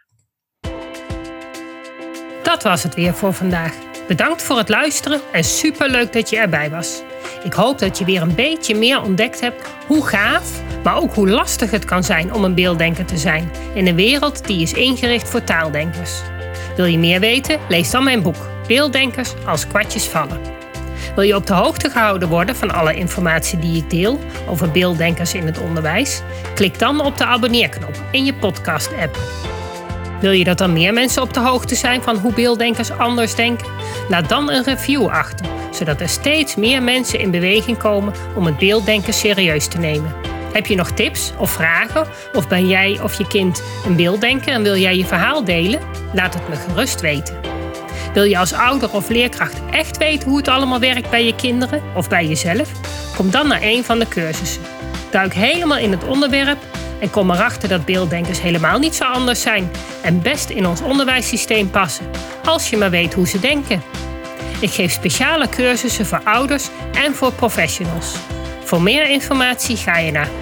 Dat was het weer voor vandaag. Bedankt voor het luisteren en superleuk dat je erbij was. Ik hoop dat je weer een beetje meer ontdekt hebt hoe gaaf, maar ook hoe lastig het kan zijn om een beelddenker te zijn in een wereld die is ingericht voor taaldenkers. Wil je meer weten? Lees dan mijn boek Beelddenkers als kwartjes vallen. Wil je op de hoogte gehouden worden van alle informatie die ik deel over beelddenkers in het onderwijs? Klik dan op de abonneerknop in je podcast-app. Wil je dat dan meer mensen op de hoogte zijn van hoe beelddenkers anders denken? Laat dan een review achter, zodat er steeds meer mensen in beweging komen om het beelddenken serieus te nemen. Heb je nog tips of vragen? Of ben jij of je kind een beelddenker en wil jij je verhaal delen? Laat het me gerust weten. Wil je als ouder of leerkracht echt weten hoe het allemaal werkt bij je kinderen of bij jezelf? Kom dan naar een van de cursussen. Duik helemaal in het onderwerp en kom erachter dat beelddenkers helemaal niet zo anders zijn en best in ons onderwijssysteem passen, als je maar weet hoe ze denken. Ik geef speciale cursussen voor ouders en voor professionals. Voor meer informatie ga je naar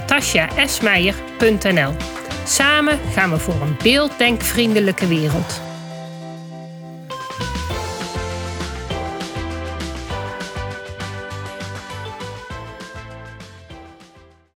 www.natasjaesmeijer.nl. Samen gaan we voor een beelddenkvriendelijke wereld.